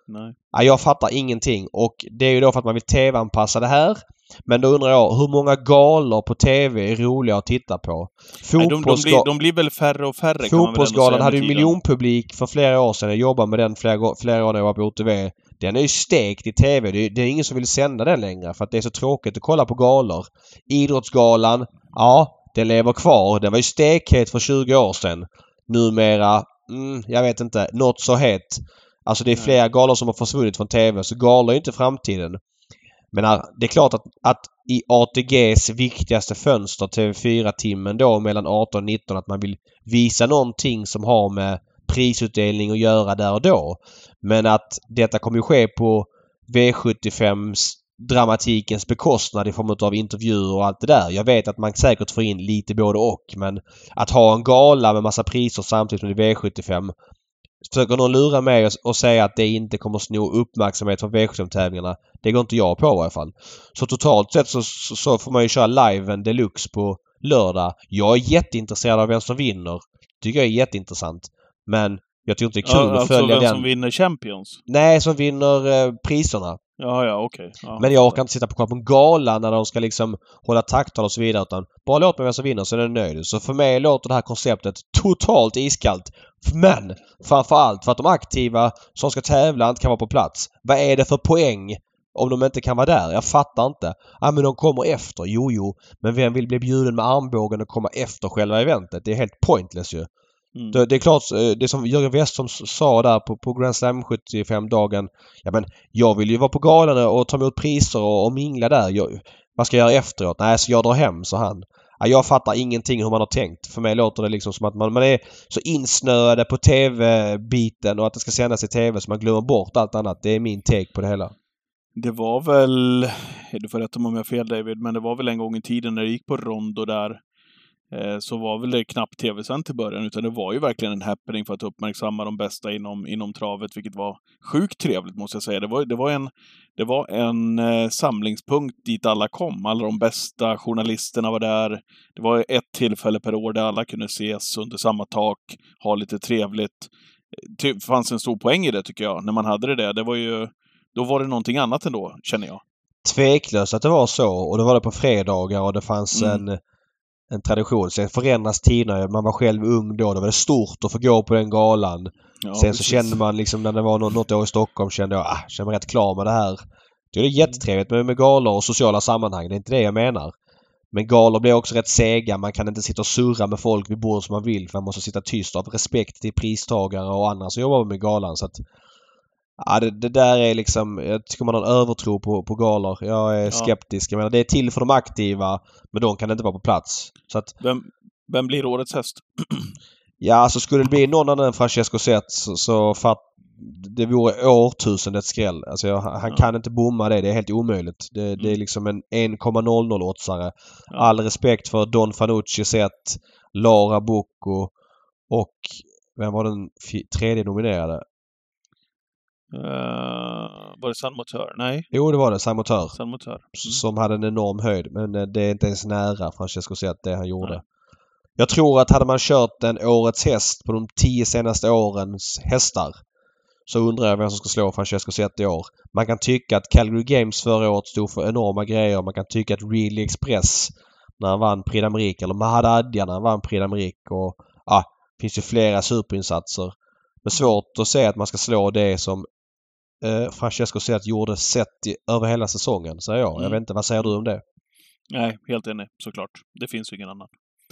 Nej. Ja, jag fattar ingenting och det är ju då för att man vill tv-anpassa det här. Men då undrar jag, hur många galor på tv är roliga att titta på? Nej, de, de, blir, de blir väl färre och färre. Fotbollsgalan hade ju miljonpublik för flera år sedan. Jag jobbade med den flera, flera år när jag var på O T V. Den är ju stekt i tv. Det är, det är ingen som vill sända den längre för att det är så tråkigt att kolla på galor. Idrottsgalan, ja, den lever kvar. Den var ju stekhet för tjugo år sedan. Numera, mm, jag vet inte, något så hett. Alltså det är flera galor som har försvunnit från tv, så galor är inte framtiden. Men det är klart att, att i A T G:s viktigaste fönster, T V fyra-timmen då mellan arton och nitton, att man vill visa någonting som har med prisutdelning att göra där och då. Men att detta kommer ju ske på V sjuttiofems dramatikens bekostnad i form av intervjuer och allt det där. Jag vet att man säkert får in lite både och, men att ha en gala med massa priser samtidigt som det är V sjuttiofem. Försöker någon lura mig och, och säga att det inte kommer sno uppmärksamhet från V sjuttiofem-tävlingarna. Det går inte jag på i alla fall. Så totalt sett så, så, så får man ju köra liven deluxe på lördag. Jag är jätteintresserad av vem som vinner. Tycker jag är jätteintressant. Men jag tycker inte det är kul ja, att alltså följa vem den. Som vinner Champions? Nej, som vinner eh, priserna. Ja, ja, okej. Okay. Ja, men jag orkar inte sitta på kolla på en gala när de ska liksom hålla takttal och så vidare, utan bara låt mig vem som vinner så är jag nöjd. Så för mig låter det här konceptet totalt iskallt. Men framförallt för att de aktiva som ska tävla inte kan vara på plats. Vad är det för poäng om de inte kan vara där? Jag fattar inte. Ja, men de kommer efter. Jo, jo. Men vem vill bli bjuden med armbågen och komma efter själva eventet? Det är helt pointless ju. Mm. Det, det är klart, det som Jörgen Westholm sa där på, på Grand Slam sjuttiofem-dagen. Ja, men jag vill ju vara på galan och ta emot priser och, och mingla där. Jag, vad ska jag göra efteråt? Nej, så jag drar hem, sa han. Ja, jag fattar ingenting hur man har tänkt. För mig låter det liksom som att man, man är så insnöade på tv-biten och att det ska sändas i tv så man glömmer bort allt annat. Det är min take på det hela. Det var väl, du får rätta mig om jag har fel David, men det var väl en gång i tiden när det gick på Rondo där så var väl det knappt tv-sänd till början, utan det var ju verkligen en happening för att uppmärksamma de bästa inom, inom travet, vilket var sjukt trevligt måste jag säga. Det var, det var en, det var en eh, samlingspunkt dit alla kom. Alla de bästa journalisterna var där. Det var ett tillfälle per år där alla kunde ses under samma tak, ha lite trevligt. Det fanns en stor poäng i det tycker jag, när man hade det där. Det var ju, då var det någonting annat ändå, känner jag. Tveklöst att det var så, och det var det på fredagar och det fanns mm. en En tradition. Sen förändras tiderna. Man var själv ung då. Då var det stort att få gå på den galan. Ja, Sen precis. Så kände man liksom när det var något, något år i Stockholm kände jag, ah, kände mig rätt klar med det här. Det är jättetrevligt med, med galor och sociala sammanhang. Det är inte det jag menar. Men galor blir också rätt sega. Man kan inte sitta och surra med folk vid bordet som man vill. För man måste sitta tyst av respekt till pristagare och andra som jobbar med galan. Så att ja, det, det där är liksom, jag tycker man har en övertro på, på galor. Jag är ja. skeptisk. Jag menar, det är till för de aktiva, men de kan inte vara på plats. Så att, vem, vem blir årets häst? Ja, alltså skulle det bli någon annan än Francesco Zet så, så fatt, det vore årtusendets skräll. Alltså jag, han ja. kan inte bomma det. Det är helt omöjligt. Det, mm. det är liksom en en komma noll noll-oddsare. Ja. All respekt för Don Fanucci, Zet, Lara Bocco och vem var den f- tredje nominerade? Uh, var det San Motör? Nej. Jo, det var det. San Motör. San Motör. Mm. Som hade en enorm höjd. Men det är inte ens nära Francesco Zet det han gjorde. Nej. Jag tror att hade man kört en årets häst på de tio senaste årens hästar så undrar jag vem som ska slå Francesco Zet i år. Man kan tycka att Calgary Games förra året stod för enorma grejer. Man kan tycka att Really Express när han vann Prix d'Amérique eller Mahadadja när han vann Prix d'Amérique och ja, det finns ju flera superinsatser. Men svårt att säga att man ska slå det som eh, Francesco Zet gjorde sett i, över hela säsongen, säger jag. Mm. Jag vet inte, vad säger du om det? Nej, helt enig, såklart. Det finns ju ingen annan.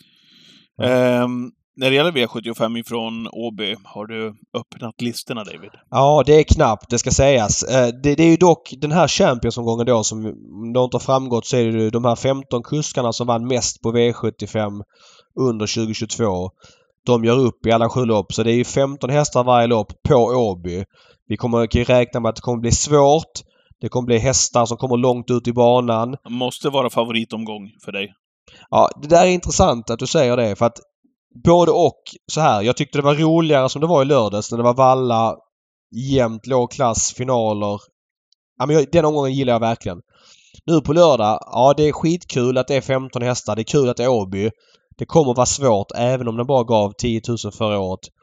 Mm. Um, när det gäller V sjuttiofem ifrån Åby, har du öppnat listorna, David? Ja, det är knappt, det ska sägas. Eh, det, det är ju dock den här Champions-omgången då som det inte har framgått, så är det de här femton kuskarna som vann mest på V sjuttiofem under tjugo tjugotvå. De gör upp i alla sju lopp, så det är ju femton hästar varje lopp på Åby. Vi kommer kan ju räkna med att det kommer bli svårt. Det kommer bli hästar som kommer långt ut i banan. Det måste vara favoritomgång för dig. Ja, det där är intressant att du säger det, för att både och så här. Jag tyckte det var roligare som det var i lördags när det var valla, jämnt låg klass, finaler. Ja, men jag, den omgången gillar jag verkligen. Nu på lördag, ja det är skitkul att det är femton hästar. Det är kul att det är Åby. Det kommer vara svårt även om den bara gav tio tusen förra året.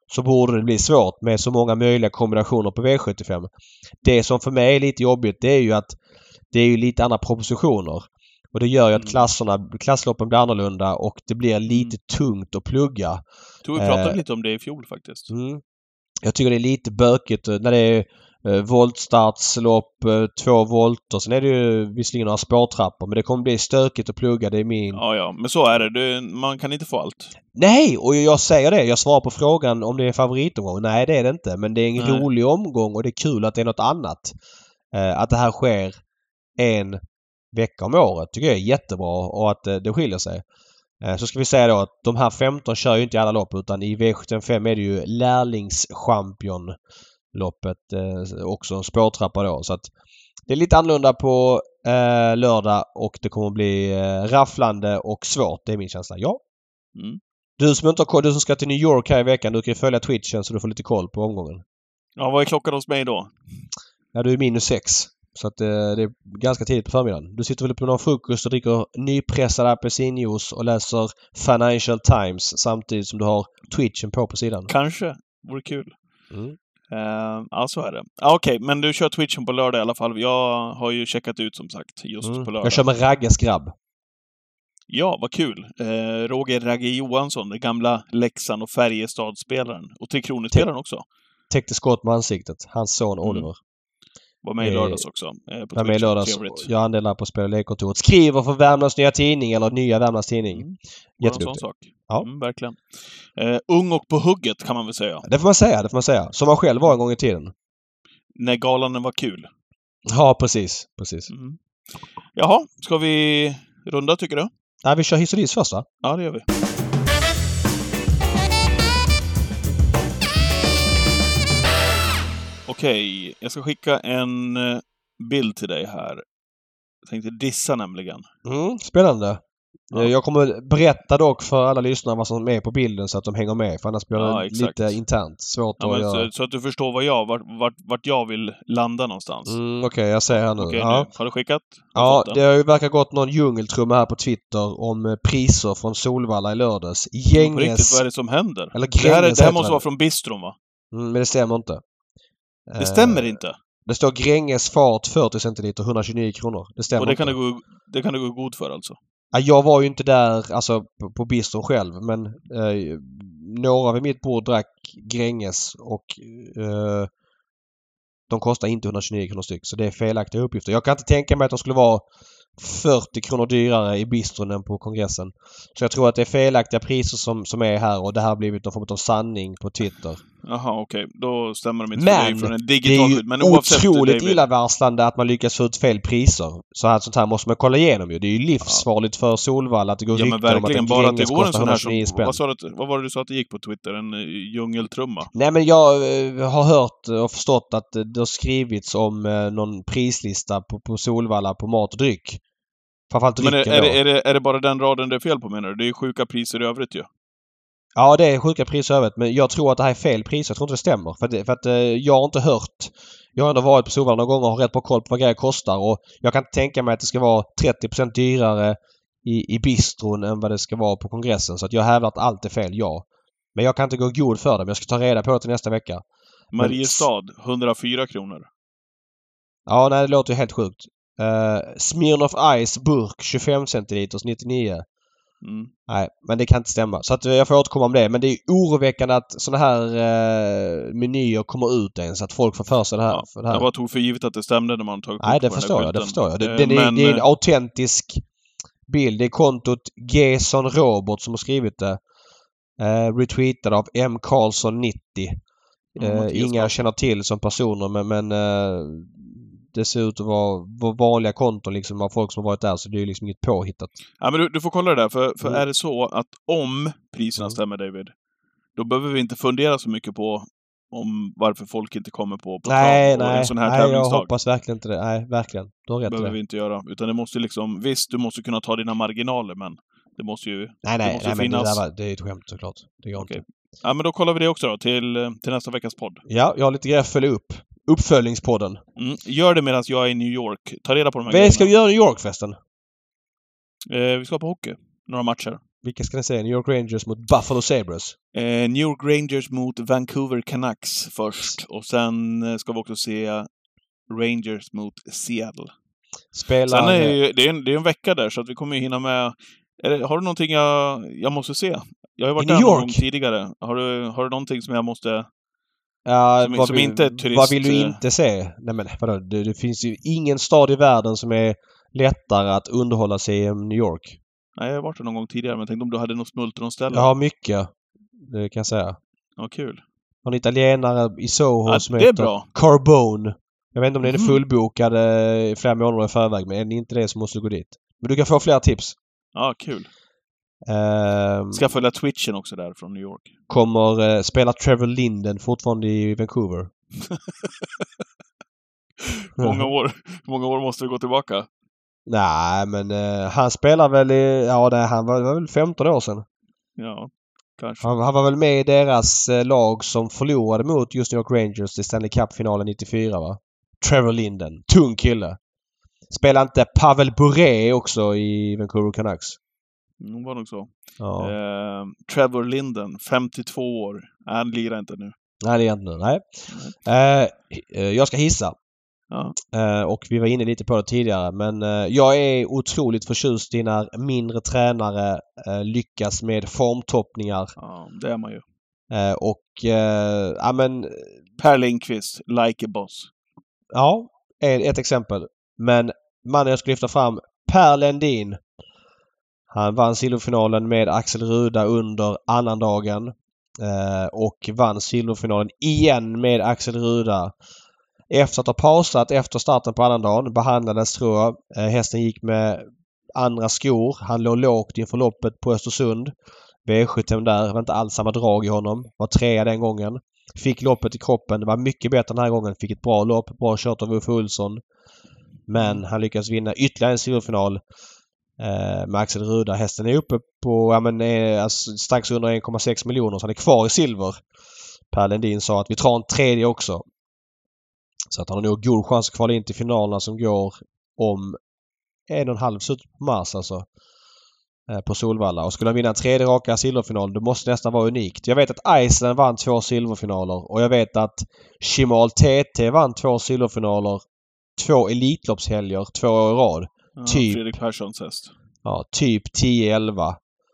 så borde det bli svårt med så många möjliga kombinationer på V sjuttiofem. Det som för mig är lite jobbigt, det är ju att det är ju lite andra propositioner. Och det gör ju att klasserna, klassloppen blir annorlunda och det blir lite tungt att plugga. Jag tror vi pratade eh, lite om det i fjol faktiskt. Mm. Jag tycker det är lite bökigt när det är eh, voltstartslopp, eh, två volter. Sen är det ju visserligen några spårtrappor, men det kommer bli stökigt att plugga. Det är min... Ja, ja. Men så är det. det. Man kan inte få allt. Nej! Och jag säger det. Jag svarar på frågan om det är en favoritomgång. Nej, det är det inte. Men det är en Nej. rolig omgång och det är kul att det är något annat. Eh, att det här sker en vecka om året tycker jag är jättebra och att eh, det skiljer sig. Eh, så ska vi säga då att de här femton kör ju inte i alla lopp utan i V sjuttiofem är det ju lärlingschampionloppet eh, också spårtrappa då. Så att det är lite annorlunda på eh, lördag och det kommer bli eh, rafflande och svårt. Det är min känsla. Ja. Mm. Du som inte har koll, du som ska till New York här i veckan, du kan ju följa Twitchen så du får lite koll på omgången. Ja, vad är klockan hos mig då? Ja, du är minus sex. Så att eh, det är ganska tidigt på förmiddagen. Du sitter väl på någon frukost och dricker nypressad apelsinjuice och läser Financial Times samtidigt som du har Twitchen på på sidan. Kanske. Vore kul. Mm. Uh, ja, så är det. Ah, Okej, okay, men du kör Twitchen på lördag i alla fall. Jag har ju checkat ut som sagt just mm. på lördag. Jag kör med Ragges grabb. Ja, vad kul. Uh, Roger Ragge Johansson, den gamla Leksand- och Färjestad-spelaren. Och Tre Kronor-spelaren Te- också. Täckte skott med ansiktet. Hans son Oliver. Mm. Var med i lördags också. Eh, på var med i lördags. Jag andelar på Spel- och lekkontoret. Skriver för Värmlands nya tidning eller nya Värmlands tidning. Mm. Jätteduktig. Sak. Ja. Mm, verkligen. Eh, ung och på hugget kan man väl säga. Det får man säga, det får man säga. Som man själv var en gång i tiden. När galan var kul. Ja, precis. precis. Mm. Jaha, ska vi runda tycker du? Nej, vi kör hiss och diss först va? Ja, det gör vi. Okej, jag ska skicka en bild till dig här. Jag tänkte dissa nämligen. Mm, spännande. Ja. Jag kommer berätta dock för alla lyssnare vad som är på bilden så att de hänger med. För annars blir det ja, lite internt. Svårt ja, att göra. Så, så att du förstår vad jag, vart, vart, vart jag vill landa någonstans. Mm, Okej, okay, jag ser här nu. Okay, ja. nu. Har du skickat? Har ja, det har ju verkar gått någon djungeltrumma här på Twitter om priser från Solvalla i lördags. Gänges... På riktigt, vad är det som händer? Eller det här, det här måste vara från Bistron va? Mm, men det stämmer inte. Det stämmer uh, inte? Det står Gränges fart fyrtio centiliter, etthundratjugonio kronor. Det stämmer. Och det inte. kan det gå, det kan det gå god för alltså? Ja, jag var ju inte där alltså på, på Bistron själv men eh, några vid mitt bord drack Gränges och eh, de kostar inte etthundratjugonio kronor styck så det är felaktiga uppgifter. Jag kan inte tänka mig att de skulle vara fyrtio kronor dyrare i Bistron än på kongressen. Så jag tror att det är felaktiga priser som, som är här och det här har blivit någon form av sanning på Twitter. Jaha, okej. Okay. Då stämmer de inte. Men från en digital det är ju men otroligt illavarslande att man lyckas få ut fel priser. Så här, sånt här måste man kolla igenom ju. Det är ju livsfarligt ja. för Solvalla att det går ja, rykten om att en bara att det går en sån här som, vad, sa du, vad var det du sa att det gick på Twitter? En uh, djungeltrumma? Nej men jag uh, har hört och förstått att uh, det har skrivits om uh, någon prislista på, på Solvalla på mat och dryck. Framförallt men är, är, det, är, det, är det bara den raden det är fel på menar du? Det är sjuka priser i övrigt ju. Ja, det är sjuka priser i övrigt. Men jag tror att det här är fel priser. Jag tror inte det stämmer. För att, för att eh, jag har inte hört. Jag har ändå varit på Solvalla några gånger och har rätt på koll på vad grejer kostar. Och jag kan inte tänka mig att det ska vara trettio procent dyrare i, i Bistron än vad det ska vara på kongressen. Så att jag hävdar att allt är fel, ja. Men jag kan inte gå god för det. Men jag ska ta reda på det till nästa vecka. Mariestad, hundrafyra kronor. Ja, nej, det låter ju helt sjukt. Uh, Smirnoff Ice burk tjugofem centiliter nittionio. Mm. Nej, men det kan inte stämma. Så att jag får återkomma om det. Men det är oroväckande att såna här uh, menyer kommer ut ens. Att folk får för sig det här. Ja, för det här. Jag bara tog för givet att det stämde när man tagit Nej, det förstår jag. Det förstår jag. Det, uh, det, men, det är en autentisk bild. Det är kontot Gesson Robert som har skrivit det. Uh, retweetad av M. Karlsson nittio. Uh, mm, inga jag känner till som personer men, men uh, det ser ut att vara vanliga konton liksom av folk som har varit där så det är liksom inget påhittat. Ja men du, du får kolla det där för, för mm. är det så att om priserna mm. stämmer David då behöver vi inte fundera så mycket på om varför folk inte kommer på, på nej, nej, en sån här nej, tävlingsdag. Jag hoppas verkligen inte det. Nej, verkligen. Du har rätt. Det behöver vi inte göra. Utan det måste liksom, visst du måste kunna ta dina marginaler men det måste ju Nej, nej, det måste nej finnas. Men det, där var, det är ett skämt såklart. Det går okay. inte. Ja men då kollar vi det också då till, till nästa veckas podd. Ja, jag har lite grejer att följa upp. Uppföljningspodden. Mm, gör det medan jag är i New York. Ta reda på de här Vad grejerna. Ska vi göra i New York festen? Eh, vi ska på hockey. Några matcher. Vilka ska ni säga? New York Rangers mot Buffalo Sabres. Eh, New York Rangers mot Vancouver Canucks först. Och sen ska vi också se Rangers mot Seattle. Spelar... Sen är ju, det, är en, det är en vecka där, så att vi kommer ju hinna med... Är, har du någonting jag, jag måste se? Jag har ju varit där någon gång tidigare. Har du, har du någonting som jag måste... Ja, som, vad, som vill, inte är turist... vad vill du inte se? Nej men vadå? Det, det finns ju ingen stad i världen som är lättare att underhålla sig i New York. Nej, jag har varit där någon gång tidigare, men jag tänkte om du hade något smultronställe. Jag har mycket, det kan jag säga. Ja, kul. En italienare i Soho ja, som det är heter bra. Carbone. Jag vet inte om den är Mm. fullbokad i flera månader i förväg, men är det inte det så måste du gå dit. Men du kan få fler tips. Ja, kul. Um, Ska följa Twitchen också där från New York. Kommer uh, spela Trevor Linden fortfarande i Vancouver. många år, många år måste du gå tillbaka? Nej, men uh, han spelar väl i... Ja, det, han var, var väl femton år sedan. Ja, kanske. Han, han var väl med i deras uh, lag som förlorade mot just New York Rangers i Stanley Cup-finalen nittiofyra, va? Trevor Linden. Tung kille. Spelar inte Pavel Bure också i Vancouver Canucks? Det var nog så. Ja. Eh, Trevor Linden, femtiotvå år. Han lirar inte nu. Nej, det är inte nu. Nej. Mm. Uh, jag ska hissa. Ja. Uh, och vi var inne lite på det tidigare, men uh, jag är otroligt förtjust i när mindre tränare uh, lyckas med formtoppningar. Ja, det är man ju. Uh, och uh, ja, men... Per Lindqvist, like a boss. Ja, ett exempel. Men mannen jag ska lyfta fram, Per Lendin. Han vann silverfinalen med Axel Ruda under annandagen. Uh, och vann silverfinalen igen med Axel Ruda. Efter att ha pausat efter starten på annandagen behandlades, tror jag. Eh, hästen gick med andra skor. Han låg lågt inför loppet på Östersund. V sjuttiofem där. Det var inte alls samma drag i honom. Var trea den gången. Fick loppet i kroppen. Det var mycket bättre den här gången. Fick ett bra lopp. Bra kört av Uffe Olsson. Men han lyckades vinna ytterligare en silverfinal eh, med Axel Ruda. Hästen är uppe på ja, men, eh, alltså, strax under en komma sex miljoner. Så han är kvar i silver. Per Lendin sa att vi tar en tredje också. Så att han har nog god chans att kvala in till finalerna som går om en och en halv slut på mars alltså. Eh, på Solvalla. Och skulle han vinna en tredje raka silverfinal, det måste nästan vara unikt. Jag vet att Iceland vann två silverfinaler och jag vet att Chimal T T vann två silverfinaler. Två Elitloppshelger, två år i rad. Ja, typ, Fredrik Perssons häst. Ja, typ tio elva.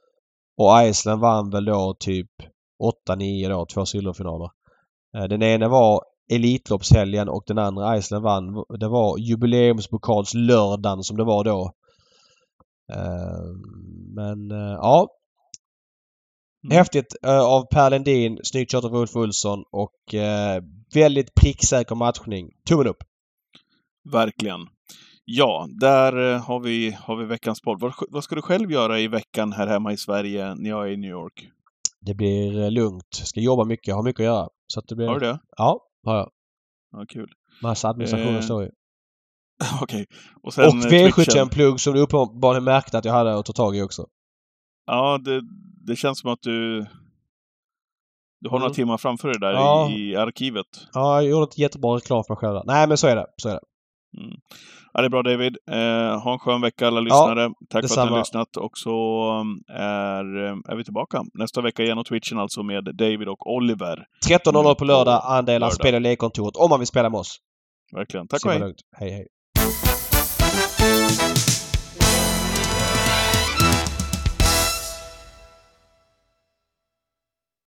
Och Iceland vann väl då typ åtta nio då, två silverfinaler. Eh, den ena var Elitloppshelgen och den andra Iceland vann. Det var jubileumspokals lördagen som det var då. Uh, men uh, ja. Mm. Häftigt uh, av Per Lendin, snyggt kört av Ulf Olsson och uh, väldigt pricksäker matchning. Tummen upp. Verkligen. Ja, där uh, har vi, har vi veckans podd. Vad, vad ska du själv göra i veckan här hemma i Sverige när jag är i New York? Det blir uh, lugnt. Ska jobba mycket. Jag har mycket att göra. Så att det blir... Har du det? Ja, har jag. Ja, kul. Massa administration eh, står ju. Okej. Och, och V sjuttiofem-plugg som du uppenbarligen märkte att jag hade att ta tag i också. Ja, det, det känns som att du du har mm. några timmar framför dig där ja. i, i arkivet. Ja, jag gjorde ett jättebra reklam för mig själv. Nej, men så är det. Så är det. Mm. Ja, det är bra David. Eh, ha en skön vecka alla lyssnare. Ja, tack detsamma. för att ni har lyssnat. Och så är, är vi tillbaka nästa vecka igen på Twitchen alltså med David och Oliver. tretton noll noll på lördag. Andelar spela lekkontoret om man vill spela med oss. Verkligen. Tack och hej. Hej hej.